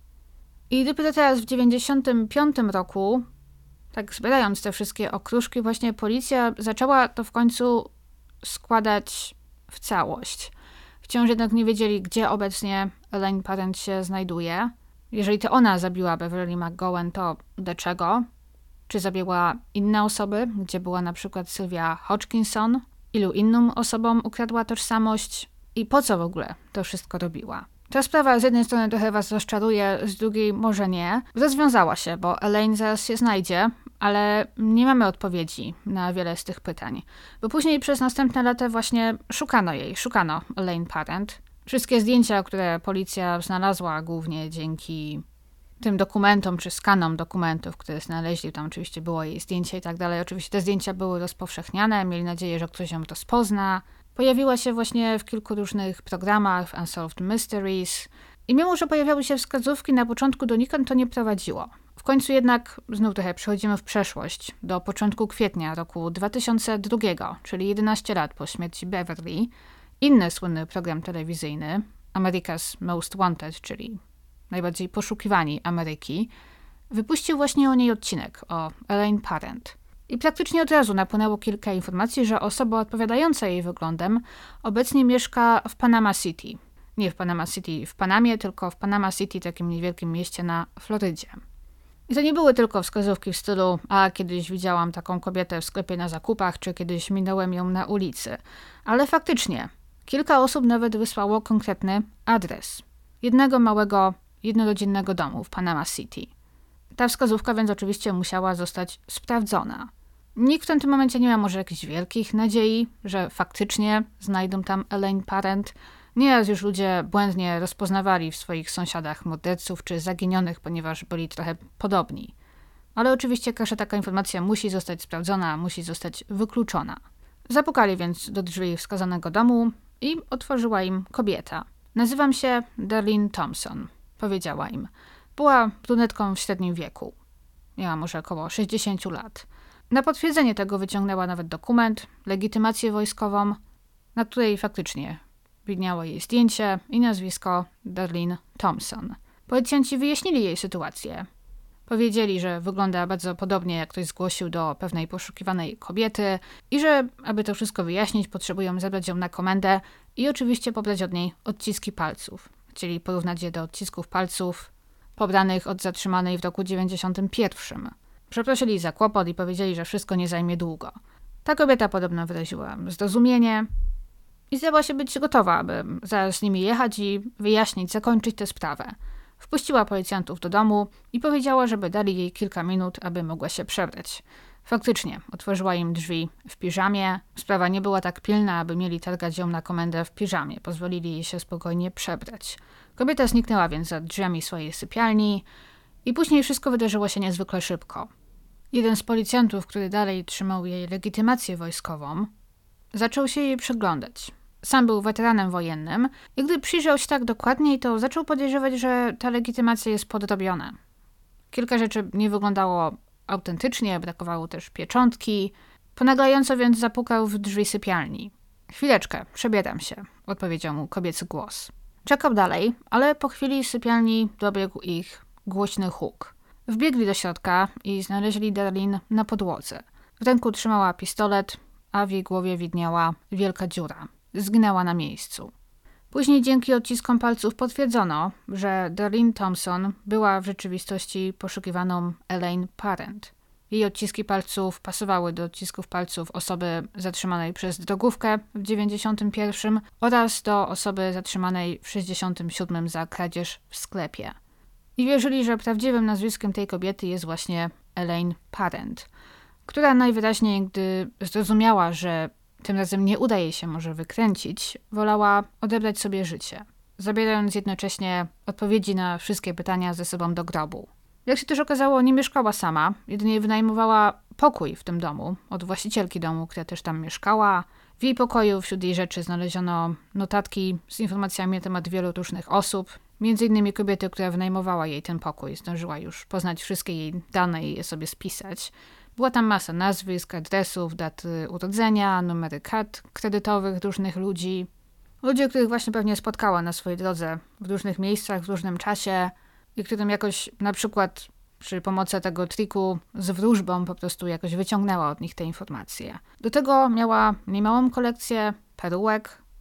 I dopiero teraz w dziewięćdziesiątym piątym roku, tak zbierając te wszystkie okruszki, właśnie policja zaczęła to w końcu składać w całość. W Wciąż jednak nie wiedzieli, gdzie obecnie Elaine Parent się znajduje. Jeżeli to ona zabiła Beverly McGowan, to dlaczego? Czy zabiła inne osoby, gdzie była na przykład Sylwia Hodgkinson? Ilu innym osobom ukradła tożsamość? I po co w ogóle to wszystko robiła? Ta sprawa z jednej strony trochę was rozczaruje, z drugiej może nie. Rozwiązała się, bo Elaine zaraz się znajdzie, ale nie mamy odpowiedzi na wiele z tych pytań. Bo później przez następne lata właśnie szukano jej, szukano Elaine Parent. Wszystkie zdjęcia, które policja znalazła głównie dzięki tym dokumentom, czy skanom dokumentów, które znaleźli, tam oczywiście było jej zdjęcie i tak dalej. Oczywiście te zdjęcia były rozpowszechniane, mieli nadzieję, że ktoś ją rozpozna. Pojawiła się właśnie w kilku różnych programach, w Unsolved Mysteries. I mimo, że pojawiały się wskazówki, na początku donikąd to nie prowadziło. W końcu jednak, znów trochę przechodzimy w przeszłość, do początku kwietnia roku dwa tysiące drugiego, czyli jedenaście lat po śmierci Beverly, inny słynny program telewizyjny, America's Most Wanted, czyli najbardziej poszukiwani Ameryki, wypuścił właśnie o niej odcinek, o Elaine Parent. I praktycznie od razu napłynęło kilka informacji, że osoba odpowiadająca jej wyglądem obecnie mieszka w Panama City. Nie w Panama City w Panamie, tylko w Panama City, takim niewielkim mieście na Florydzie. I to nie były tylko wskazówki w stylu, a kiedyś widziałam taką kobietę w sklepie na zakupach, czy kiedyś minąłem ją na ulicy. Ale faktycznie, kilka osób nawet wysłało konkretny adres jednego małego, jednorodzinnego domu w Panama City. Ta wskazówka więc oczywiście musiała zostać sprawdzona. Nikt w tym momencie nie ma może jakichś wielkich nadziei, że faktycznie znajdą tam Elaine Parent. Nieraz już ludzie błędnie rozpoznawali w swoich sąsiadach morderców czy zaginionych, ponieważ byli trochę podobni. Ale oczywiście każda taka informacja musi zostać sprawdzona, musi zostać wykluczona. Zapukali więc do drzwi wskazanego domu i otworzyła im kobieta. Nazywam się Darlene Thompson, powiedziała im. Była brunetką w średnim wieku. Miała może około sześćdziesiąt lat. Na potwierdzenie tego wyciągnęła nawet dokument, legitymację wojskową, na której faktycznie widniało jej zdjęcie i nazwisko Darlene Thompson. Policjanci wyjaśnili jej sytuację. Powiedzieli, że wygląda bardzo podobnie, jak ktoś zgłosił do pewnej poszukiwanej kobiety i że, aby to wszystko wyjaśnić, potrzebują zabrać ją na komendę i oczywiście pobrać od niej odciski palców. Chcieli porównać je do odcisków palców pobranych od zatrzymanej w roku dziewięćdziesiątym pierwszym. Przeprosili za kłopot i powiedzieli, że wszystko nie zajmie długo. Ta kobieta podobno wyraziła zrozumienie i zdała się być gotowa, aby zaraz z nimi jechać i wyjaśnić, zakończyć tę sprawę. Wpuściła policjantów do domu i powiedziała, żeby dali jej kilka minut, aby mogła się przebrać. Faktycznie, otworzyła im drzwi w piżamie. Sprawa nie była tak pilna, aby mieli targać ją na komendę w piżamie. Pozwolili jej się spokojnie przebrać. Kobieta zniknęła więc za drzwiami swojej sypialni i później wszystko wydarzyło się niezwykle szybko. Jeden z policjantów, który dalej trzymał jej legitymację wojskową, zaczął się jej przyglądać. Sam był weteranem wojennym i gdy przyjrzał się tak dokładniej, to zaczął podejrzewać, że ta legitymacja jest podrobiona. Kilka rzeczy nie wyglądało autentycznie, brakowało też pieczątki. Ponaglająco więc zapukał w drzwi sypialni. Chwileczkę, przebieram się, odpowiedział mu kobiecy głos. Czekał dalej, ale po chwili z sypialni dobiegł ich głośny huk. Wbiegli do środka i znaleźli Darlene na podłodze. W ręku trzymała pistolet, a w jej głowie widniała wielka dziura. Zginęła na miejscu. Później dzięki odciskom palców potwierdzono, że Darlene Thompson była w rzeczywistości poszukiwaną Elaine Parent. Jej odciski palców pasowały do odcisków palców osoby zatrzymanej przez drogówkę w dziewięćdziesiątym pierwszym oraz do osoby zatrzymanej w sześćdziesiątym siódmym za kradzież w sklepie. I wierzyli, że prawdziwym nazwiskiem tej kobiety jest właśnie Elaine Parent, która najwyraźniej, gdy zrozumiała, że tym razem nie uda jej się może wykręcić, wolała odebrać sobie życie, zabierając jednocześnie odpowiedzi na wszystkie pytania ze sobą do grobu. Jak się też okazało, nie mieszkała sama, jedynie wynajmowała pokój w tym domu od właścicielki domu, która też tam mieszkała. W jej pokoju wśród jej rzeczy znaleziono notatki z informacjami na temat wielu różnych osób, między innymi kobiety, która wynajmowała jej ten pokój. Zdążyła już poznać wszystkie jej dane i je sobie spisać. Była tam masa nazwisk, adresów, daty urodzenia, numery kart kredytowych różnych ludzi. Ludzie, których właśnie pewnie spotkała na swojej drodze w różnych miejscach, w różnym czasie i którym jakoś na przykład przy pomocy tego triku z wróżbą po prostu jakoś wyciągnęła od nich te informacje. Do tego miała niemałą kolekcję perułek,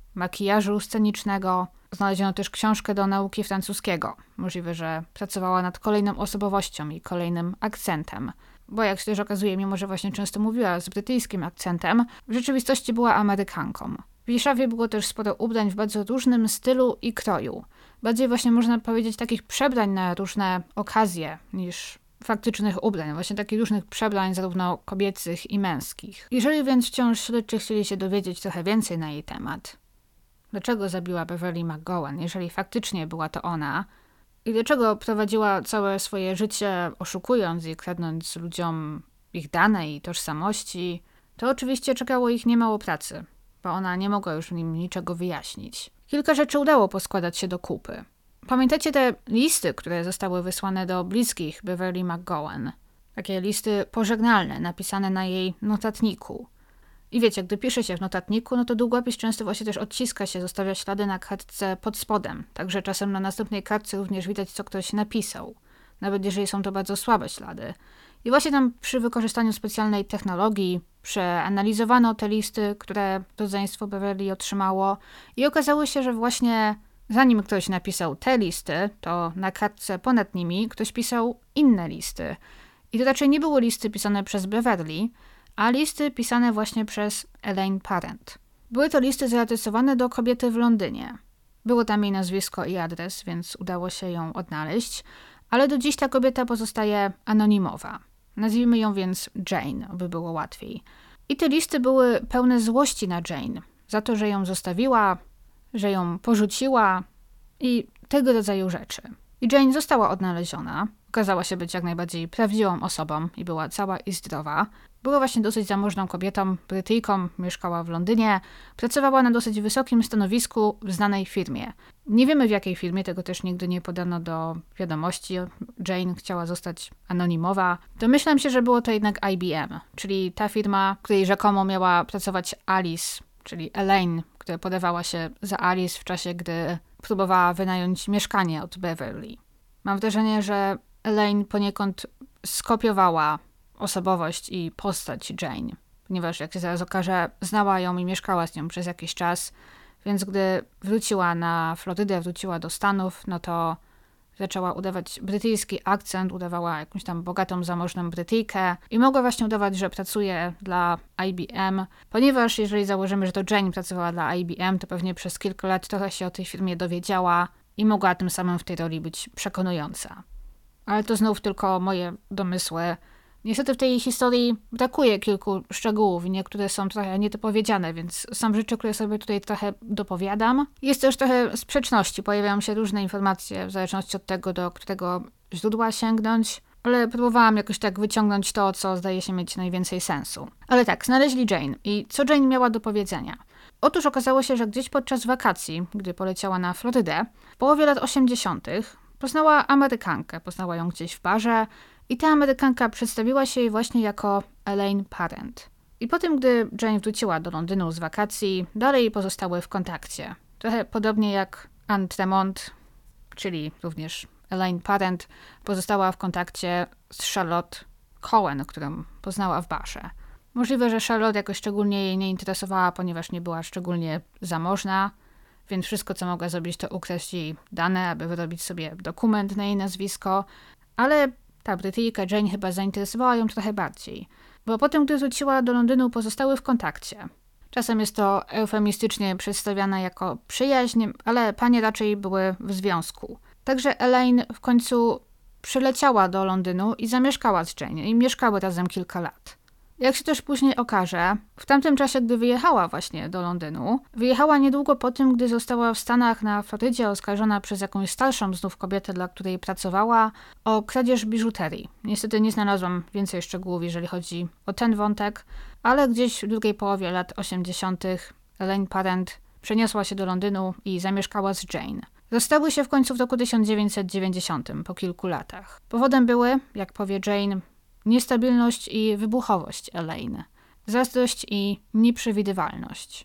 makijażu scenicznego. Znaleziono też książkę do nauki francuskiego. Możliwe, że pracowała nad kolejną osobowością i kolejnym akcentem. Bo jak się też okazuje, mimo że właśnie często mówiła z brytyjskim akcentem, w rzeczywistości była Amerykanką. W Warszawie było też sporo ubrań w bardzo różnym stylu i kroju. Bardziej właśnie można powiedzieć takich przebrań na różne okazje niż faktycznych ubrań, właśnie takich różnych przebrań zarówno kobiecych i męskich. Jeżeli więc wciąż śledczy chcieli się dowiedzieć trochę więcej na jej temat, dlaczego zabiła Beverly McGowan, jeżeli faktycznie była to ona, i dlaczego prowadziła całe swoje życie oszukując i kradnąc ludziom ich dane i tożsamości, to oczywiście czekało ich niemało pracy, bo ona nie mogła już im niczego wyjaśnić. Kilka rzeczy udało poskładać się do kupy. Pamiętacie te listy, które zostały wysłane do bliskich Beverly McGowan? Takie listy pożegnalne, napisane na jej notatniku. I wiecie, gdy pisze się w notatniku, no to długopis często właśnie też odciska się, zostawia ślady na kartce pod spodem. Także czasem na następnej kartce również widać, co ktoś napisał. Nawet jeżeli są to bardzo słabe ślady. I właśnie tam przy wykorzystaniu specjalnej technologii przeanalizowano te listy, które rodzeństwo Beverly otrzymało i okazało się, że właśnie zanim ktoś napisał te listy, to na kartce ponad nimi ktoś pisał inne listy. I to raczej nie były listy pisane przez Beverly, a listy pisane właśnie przez Elaine Parent. Były to listy zaadresowane do kobiety w Londynie. Było tam jej nazwisko i adres, więc udało się ją odnaleźć, ale do dziś ta kobieta pozostaje anonimowa. Nazwijmy ją więc Jane, aby było łatwiej. I te listy były pełne złości na Jane, za to, że ją zostawiła, że ją porzuciła i tego rodzaju rzeczy. I Jane została odnaleziona, okazała się być jak najbardziej prawdziwą osobą i była cała i zdrowa. Była właśnie dosyć zamożną kobietą, Brytyjką, mieszkała w Londynie, pracowała na dosyć wysokim stanowisku w znanej firmie. Nie wiemy w jakiej firmie, tego też nigdy nie podano do wiadomości. Jane chciała zostać anonimowa. Domyślam się, że było to jednak I B M, czyli ta firma, w której rzekomo miała pracować Alice, czyli Elaine, która podawała się za Alice w czasie, gdy próbowała wynająć mieszkanie od Beverly. Mam wrażenie, że Elaine poniekąd skopiowała osobowość i postać Jane, ponieważ jak się zaraz okaże, znała ją i mieszkała z nią przez jakiś czas, więc gdy wróciła na Florydę, wróciła do Stanów, no to zaczęła udawać brytyjski akcent, udawała jakąś tam bogatą, zamożną Brytyjkę i mogła właśnie udawać, że pracuje dla I B M, ponieważ jeżeli założymy, że to Jane pracowała dla I B M, to pewnie przez kilka lat trochę się o tej firmie dowiedziała i mogła tym samym w tej roli być przekonująca. Ale to znów tylko moje domysły. Niestety w tej historii brakuje kilku szczegółów i niektóre są trochę niedopowiedziane, więc są rzeczy, które sobie tutaj trochę dopowiadam. Jest też trochę sprzeczności, pojawiają się różne informacje w zależności od tego, do którego źródła sięgnąć, ale próbowałam jakoś tak wyciągnąć to, co zdaje się mieć najwięcej sensu. Ale tak, znaleźli Jane i co Jane miała do powiedzenia? Otóż okazało się, że gdzieś podczas wakacji, gdy poleciała na Florydę, w połowie lat osiemdziesiątych poznała Amerykankę, poznała ją gdzieś w barze, i ta Amerykanka przedstawiła się jej właśnie jako Elaine Parent. I po tym, gdy Jane wróciła do Londynu z wakacji, dalej pozostały w kontakcie. Trochę podobnie jak Anne Tremont, czyli również Elaine Parent, pozostała w kontakcie z Charlotte Cohen, którą poznała w barze. Możliwe, że Charlotte jakoś szczególnie jej nie interesowała, ponieważ nie była szczególnie zamożna, więc wszystko, co mogła zrobić, to ukraść jej dane, aby wyrobić sobie dokument na jej nazwisko, ale ta Brytyjka Jane chyba zainteresowała ją trochę bardziej, bo potem, gdy wróciła do Londynu, pozostały w kontakcie. Czasem jest to eufemistycznie przedstawiane jako przyjaźń, ale panie raczej były w związku. Także Elaine w końcu przyleciała do Londynu i zamieszkała z Jane i mieszkały razem kilka lat. Jak się też później okaże, w tamtym czasie, gdy wyjechała właśnie do Londynu, wyjechała niedługo po tym, gdy została w Stanach na Florydzie oskarżona przez jakąś starszą znów kobietę, dla której pracowała, o kradzież biżuterii. Niestety nie znalazłam więcej szczegółów, jeżeli chodzi o ten wątek, ale gdzieś w drugiej połowie lat osiemdziesiątych Elaine Parent przeniosła się do Londynu i zamieszkała z Jane. Rozstały się w końcu w roku tysiąc dziewięćset dziewięćdziesiątym, po kilku latach. Powodem były, jak powie Jane, niestabilność i wybuchowość Elaine, zazdrość i nieprzewidywalność.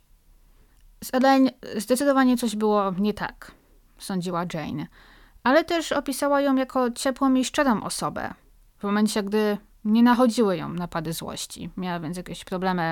Z Elaine zdecydowanie coś było nie tak, sądziła Jane, ale też opisała ją jako ciepłą i szczerą osobę, w momencie, gdy nie nachodziły ją napady złości. Miała więc jakieś problemy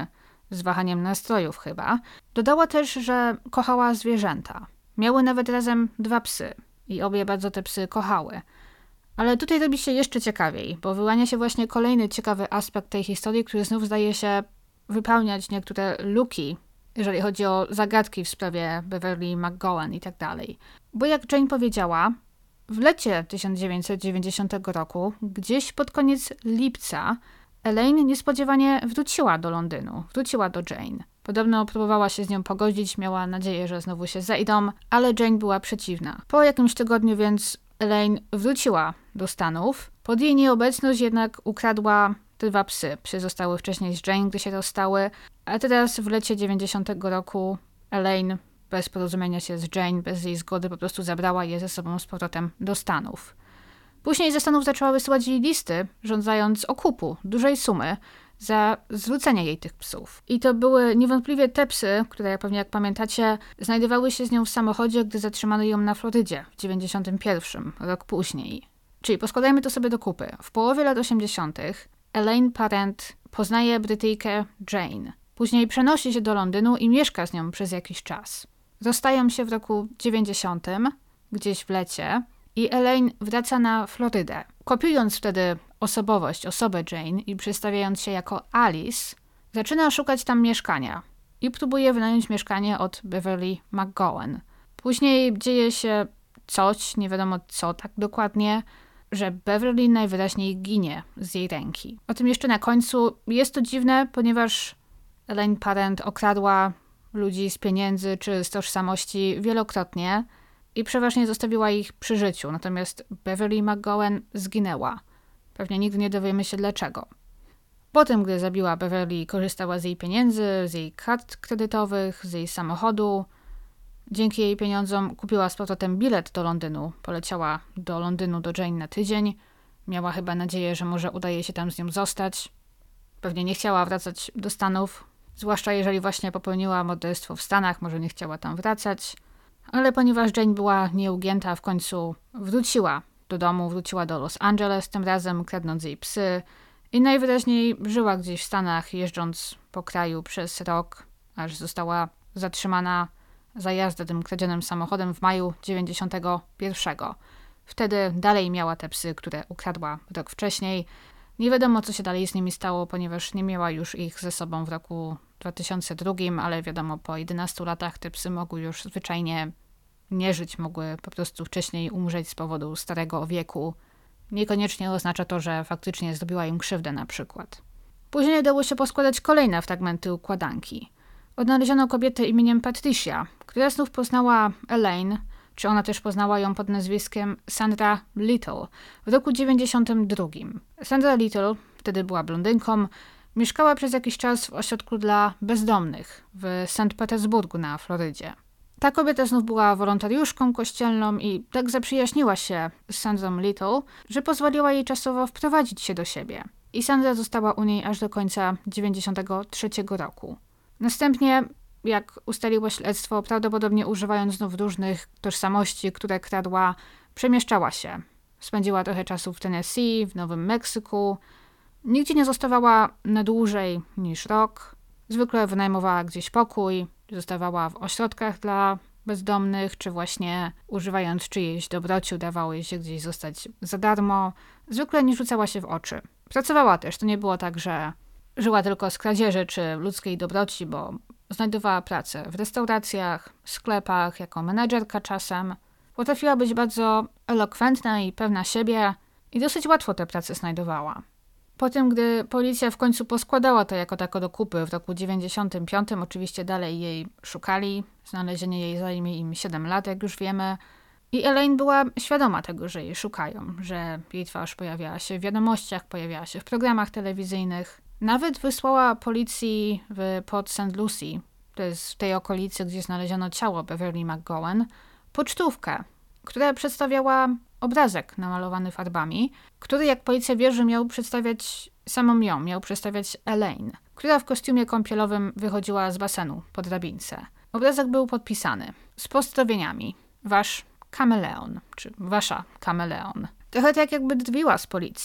z wahaniem nastrojów chyba. Dodała też, że kochała zwierzęta. Miały nawet razem dwa psy i obie bardzo te psy kochały. Ale tutaj robi się jeszcze ciekawiej, bo wyłania się właśnie kolejny ciekawy aspekt tej historii, który znów zdaje się wypełniać niektóre luki, jeżeli chodzi o zagadki w sprawie Beverly McGowan i tak dalej. Bo jak Jane powiedziała, w lecie tysiąc dziewięćset dziewięćdziesiątego roku, gdzieś pod koniec lipca, Elaine niespodziewanie wróciła do Londynu, wróciła do Jane. Podobno próbowała się z nią pogodzić, miała nadzieję, że znowu się zejdą, ale Jane była przeciwna. Po jakimś tygodniu więc Elaine wróciła do Stanów. Pod jej nieobecność jednak ukradła te dwa psy. Psy zostały wcześniej z Jane, gdy się rozstały, a teraz w lecie dziewięćdziesiątego roku Elaine bez porozumienia się z Jane, bez jej zgody po prostu zabrała je ze sobą z powrotem do Stanów. Później ze Stanów zaczęła wysyłać jej listy, żądając okupu, dużej sumy, za zwrócenie jej tych psów. I to były niewątpliwie te psy, które pewnie jak pamiętacie, znajdowały się z nią w samochodzie, gdy zatrzymano ją na Florydzie w dziewięćdziesiątym pierwszym, rok później. Czyli poskładajmy to sobie do kupy. W połowie lat osiemdziesiątych Elaine Parent poznaje Brytyjkę Jane. Później przenosi się do Londynu i mieszka z nią przez jakiś czas. Rozstają się w roku dziewięćdziesiątym, gdzieś w lecie, i Elaine wraca na Florydę. Kopiując wtedy osobowość, osobę Jane i przedstawiając się jako Alice, zaczyna szukać tam mieszkania i próbuje wynająć mieszkanie od Beverly McGowan. Później dzieje się coś, nie wiadomo co tak dokładnie, że Beverly najwyraźniej ginie z jej ręki. O tym jeszcze na końcu. Jest to dziwne, ponieważ Elaine Parent okradła ludzi z pieniędzy czy z tożsamości wielokrotnie i przeważnie zostawiła ich przy życiu, natomiast Beverly McGowan zginęła. Pewnie nigdy nie dowiemy się dlaczego. Potem, gdy zabiła Beverly, korzystała z jej pieniędzy, z jej kart kredytowych, z jej samochodu. Dzięki jej pieniądzom kupiła z powrotem bilet do Londynu. Poleciała do Londynu do Jane na tydzień. Miała chyba nadzieję, że może udaje się tam z nią zostać. Pewnie nie chciała wracać do Stanów, zwłaszcza jeżeli właśnie popełniła morderstwo w Stanach, może nie chciała tam wracać. Ale ponieważ Jane była nieugięta, w końcu wróciła do domu, wróciła do Los Angeles, tym razem kradnąc jej psy i najwyraźniej żyła gdzieś w Stanach, jeżdżąc po kraju przez rok, aż została zatrzymana za jazdę tym kradzionym samochodem w maju dziewięćdziesiątego pierwszego. Wtedy dalej miała te psy, które ukradła rok wcześniej. Nie wiadomo, co się dalej z nimi stało, ponieważ nie miała już ich ze sobą w roku dwa tysiące drugim, ale wiadomo, po jedenastu latach te psy mogły już zwyczajnie nie żyć, mogły po prostu wcześniej umrzeć z powodu starego wieku. Niekoniecznie oznacza to, że faktycznie zrobiła im krzywdę na przykład. Później dało się poskładać kolejne fragmenty układanki. Odnaleziono kobietę imieniem Patricia, która znów poznała Elaine, czy ona też poznała ją pod nazwiskiem Sandra Little w roku dziewięćdziesiątym drugim. Sandra Little, wtedy była blondynką, mieszkała przez jakiś czas w ośrodku dla bezdomnych w Sankt Petersburgu na Florydzie. Ta kobieta znów była wolontariuszką kościelną i tak zaprzyjaźniła się z Sandrą Little, że pozwoliła jej czasowo wprowadzić się do siebie. I Sandra została u niej aż do końca dziewięćdziesiątego trzeciego roku. Następnie, jak ustaliło śledztwo, prawdopodobnie używając znów różnych tożsamości, które kradła, przemieszczała się. Spędziła trochę czasu w Tennessee, w Nowym Meksyku. Nigdzie nie zostawała na dłużej niż rok. Zwykle wynajmowała gdzieś pokój, zostawała w ośrodkach dla bezdomnych, czy właśnie używając czyjejś dobroci udawało jej się gdzieś zostać za darmo. Zwykle nie rzucała się w oczy. Pracowała też, to nie było tak, że żyła tylko z kradzieży czy ludzkiej dobroci, bo znajdowała pracę w restauracjach, sklepach, jako menedżerka czasem. Potrafiła być bardzo elokwentna i pewna siebie i dosyć łatwo tę pracę znajdowała. Po tym, gdy policja w końcu poskładała to jako tako do kupy w roku dziewięćdziesiątym piątym, oczywiście dalej jej szukali. Znalezienie jej zajmie im siedem lat, jak już wiemy. I Elaine była świadoma tego, że jej szukają, że jej twarz pojawiała się w wiadomościach, pojawiała się w programach telewizyjnych. Nawet wysłała policji w Port Saint Lucie, to jest w tej okolicy, gdzie znaleziono ciało Beverly McGowan, pocztówkę, która przedstawiała obrazek namalowany farbami, który, jak policja wierzy, miał przedstawiać samą ją, miał przedstawiać Elaine, która w kostiumie kąpielowym wychodziła z basenu po drabince. Obrazek był podpisany z pozdrowieniami. Wasz kameleon, czy wasza kameleon. Trochę tak jakby drwiła z policji.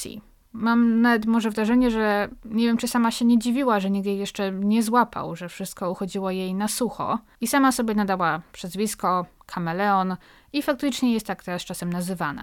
Mam nawet może wrażenie, że nie wiem, czy sama się nie dziwiła, że nikt jej jeszcze nie złapał, że wszystko uchodziło jej na sucho. I sama sobie nadała przezwisko Kameleon i faktycznie jest tak teraz czasem nazywana.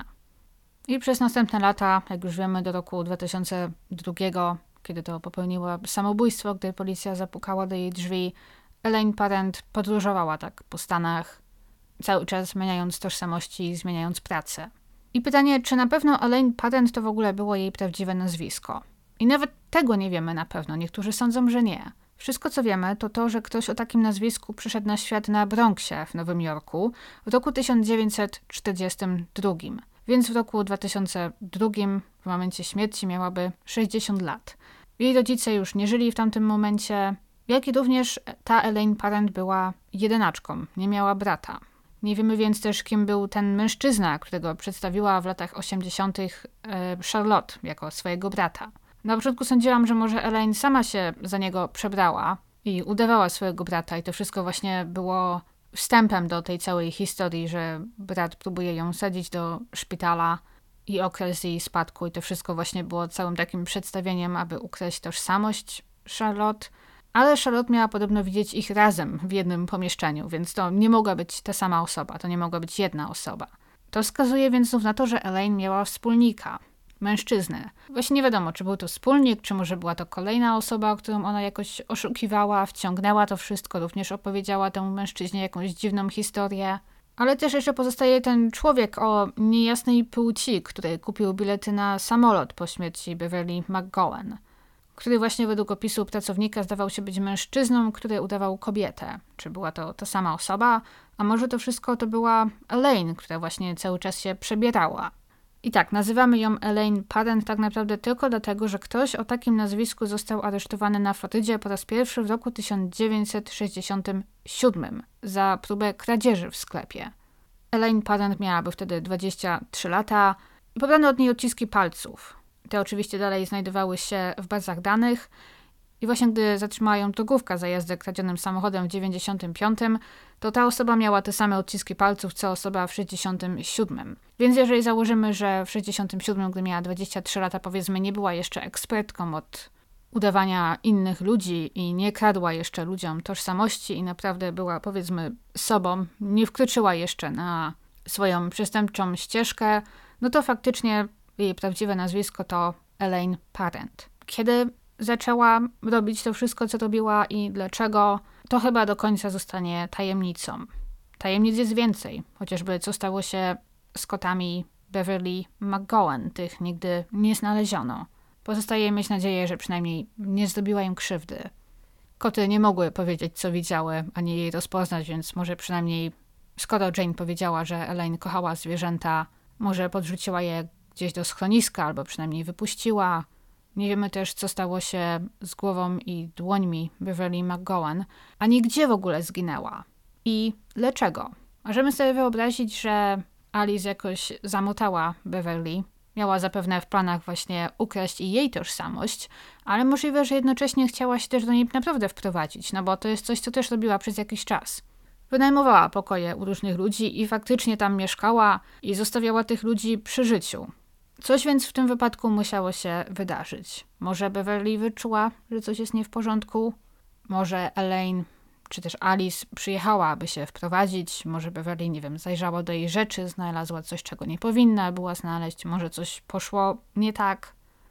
I przez następne lata, jak już wiemy, do roku dwa tysiące drugiego, kiedy to popełniła samobójstwo, gdy policja zapukała do jej drzwi, Elaine Parent podróżowała tak po Stanach, cały czas zmieniając tożsamości i zmieniając pracę. I pytanie, czy na pewno Elaine Parent to w ogóle było jej prawdziwe nazwisko? I nawet tego nie wiemy na pewno, niektórzy sądzą, że nie. Wszystko, co wiemy, to to, że ktoś o takim nazwisku przyszedł na świat na Bronxie w Nowym Jorku w roku tysiąc dziewięćset czterdziestym drugim. Więc w roku dwa tysiące drugim, w momencie śmierci, miałaby sześćdziesiąt lat. Jej rodzice już nie żyli w tamtym momencie, jak i również ta Elaine Parent była jedynaczką, nie miała brata. Nie wiemy więc też, kim był ten mężczyzna, którego przedstawiła w latach osiemdziesiątych Charlotte jako swojego brata. Na początku sądziłam, że może Elaine sama się za niego przebrała i udawała swojego brata i to wszystko właśnie było wstępem do tej całej historii, że brat próbuje ją sadzić do szpitala i okres jej spadku i to wszystko właśnie było całym takim przedstawieniem, aby ukryć tożsamość Charlotte. Ale Charlotte miała podobno widzieć ich razem w jednym pomieszczeniu, więc to nie mogła być ta sama osoba, to nie mogła być jedna osoba. To wskazuje więc znów na to, że Elaine miała wspólnika, mężczyznę. Właśnie nie wiadomo, czy był to wspólnik, czy może była to kolejna osoba, którą ona jakoś oszukiwała, wciągnęła to wszystko, również opowiedziała temu mężczyźnie jakąś dziwną historię. Ale też jeszcze pozostaje ten człowiek o niejasnej płci, który kupił bilety na samolot po śmierci Beverly McGowan, który właśnie według opisu pracownika zdawał się być mężczyzną, który udawał kobietę. Czy była to ta sama osoba? A może to wszystko to była Elaine, która właśnie cały czas się przebierała. I tak, nazywamy ją Elaine Parent tak naprawdę tylko dlatego, że ktoś o takim nazwisku został aresztowany na Florydzie po raz pierwszy w roku tysiąc dziewięćset sześćdziesiątym siódmym za próbę kradzieży w sklepie. Elaine Parent miałaby wtedy dwadzieścia trzy lata i pobrano od niej odciski palców. Te oczywiście dalej znajdowały się w bazach danych i właśnie gdy zatrzymała ją drogówka za jazdę kradzionym samochodem w dziewięćdziesiątym piątym, to ta osoba miała te same odciski palców, co osoba w sześćdziesiątym siódmym. Więc jeżeli założymy, że w sześćdziesiątym siódmym, gdy miała dwadzieścia trzy lata, powiedzmy, nie była jeszcze ekspertką od udawania innych ludzi i nie kradła jeszcze ludziom tożsamości i naprawdę była, powiedzmy, sobą, nie wkroczyła jeszcze na swoją przestępczą ścieżkę, no to faktycznie jej prawdziwe nazwisko to Elaine Parent. Kiedy zaczęła robić to wszystko, co robiła i dlaczego, to chyba do końca zostanie tajemnicą. Tajemnic jest więcej, chociażby co stało się z kotami Beverly McGowan, tych nigdy nie znaleziono. Pozostaje mieć nadzieję, że przynajmniej nie zrobiła im krzywdy. Koty nie mogły powiedzieć, co widziały, ani jej rozpoznać, więc może przynajmniej, skoro Jane powiedziała, że Elaine kochała zwierzęta, może podrzuciła je gdzieś do schroniska, albo przynajmniej wypuściła. Nie wiemy też, co stało się z głową i dłońmi Beverly McGowan, ani gdzie w ogóle zginęła. I dlaczego? Możemy sobie wyobrazić, że Alice jakoś zamotała Beverly. Miała zapewne w planach właśnie ukraść i jej tożsamość, ale możliwe, że jednocześnie chciała się też do niej naprawdę wprowadzić, no bo to jest coś, co też robiła przez jakiś czas. Wynajmowała pokoje u różnych ludzi i faktycznie tam mieszkała i zostawiała tych ludzi przy życiu. Coś więc w tym wypadku musiało się wydarzyć. Może Beverly wyczuła, że coś jest nie w porządku? Może Elaine czy też Alice przyjechała, aby się wprowadzić? Może Beverly, nie wiem, zajrzała do jej rzeczy, znalazła coś, czego nie powinna była znaleźć? Może coś poszło nie tak?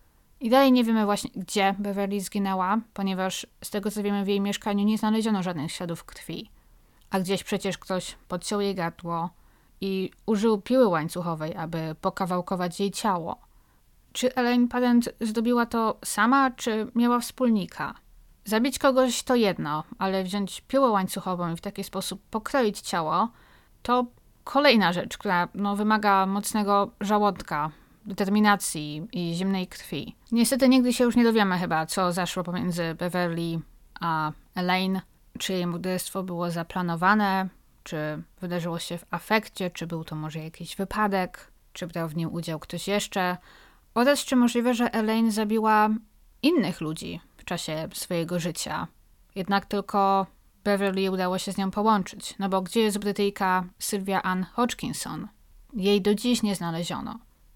I dalej nie wiemy właśnie, gdzie Beverly zginęła, ponieważ z tego, co wiemy, w jej mieszkaniu nie znaleziono żadnych śladów krwi. A gdzieś przecież ktoś podciął jej gardło i użył piły łańcuchowej, aby pokawałkować jej ciało. Czy Elaine Parent zrobiła to sama, czy miała wspólnika? Zabić kogoś to jedno, ale wziąć piłę łańcuchową i w taki sposób pokroić ciało, to kolejna rzecz, która no, wymaga mocnego żołądka, determinacji i zimnej krwi. Niestety nigdy się już nie dowiemy chyba, co zaszło pomiędzy Beverly a Elaine, czy jej morderstwo było zaplanowane, czy wydarzyło się w afekcie, czy był to może jakiś wypadek, czy brał w nim udział ktoś jeszcze, oraz czy możliwe, że Elaine zabiła innych ludzi w czasie swojego życia. Jednak tylko Beverly udało się z nią połączyć, no bo gdzie jest Brytyjka Sylvia Ann Hodgkinson? Jej do dziś nie znaleziono.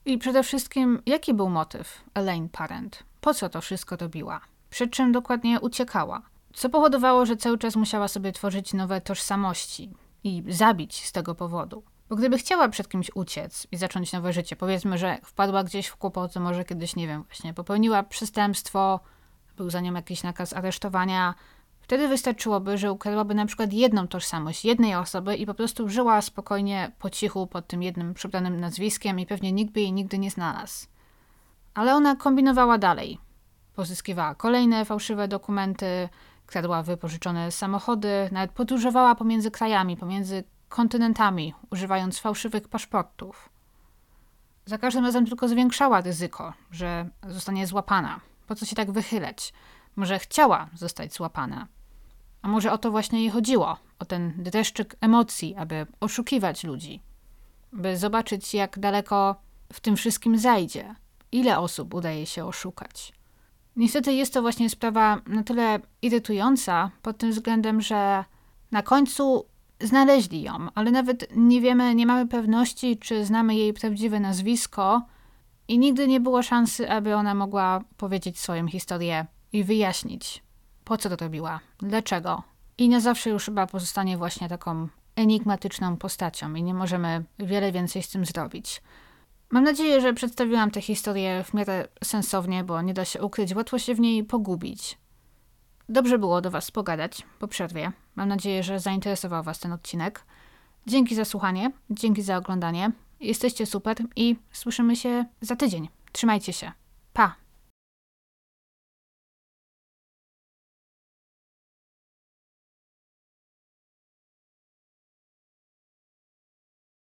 I przede wszystkim, jaki był motyw Elaine Parent? Po co to wszystko robiła? Przed czym dokładnie uciekała? Co powodowało, że cały czas musiała sobie tworzyć nowe tożsamości i zabić z tego powodu? Bo gdyby chciała przed kimś uciec i zacząć nowe życie, powiedzmy, że wpadła gdzieś w kłopoty, może kiedyś, nie wiem, właśnie popełniła przestępstwo, był za nią jakiś nakaz aresztowania, wtedy wystarczyłoby, że ukradłaby na przykład jedną tożsamość jednej osoby i po prostu żyła spokojnie po cichu pod tym jednym przybranym nazwiskiem i pewnie nikt by jej nigdy nie znalazł. Ale ona kombinowała dalej. Pozyskiwała kolejne fałszywe dokumenty, kradła wypożyczone samochody, nawet podróżowała pomiędzy krajami, pomiędzy kontynentami, używając fałszywych paszportów. Za każdym razem tylko zwiększała ryzyko, że zostanie złapana. Po co się tak wychylać? Może chciała zostać złapana. A może o to właśnie jej chodziło, o ten dreszczyk emocji, aby oszukiwać ludzi. By zobaczyć, jak daleko w tym wszystkim zajdzie. Ile osób udaje się oszukać. Niestety jest to właśnie sprawa na tyle irytująca pod tym względem, że na końcu znaleźli ją, ale nawet nie wiemy, nie mamy pewności, czy znamy jej prawdziwe nazwisko i nigdy nie było szansy, aby ona mogła powiedzieć swoją historię i wyjaśnić, po co to robiła, dlaczego. I na zawsze już chyba pozostanie właśnie taką enigmatyczną postacią i nie możemy wiele więcej z tym zrobić. Mam nadzieję, że przedstawiłam tę historię w miarę sensownie, bo nie da się ukryć, łatwo się w niej pogubić. Dobrze było do Was pogadać po przerwie. Mam nadzieję, że zainteresował Was ten odcinek. Dzięki za słuchanie, dzięki za oglądanie. Jesteście super i słyszymy się za tydzień. Trzymajcie się. Pa!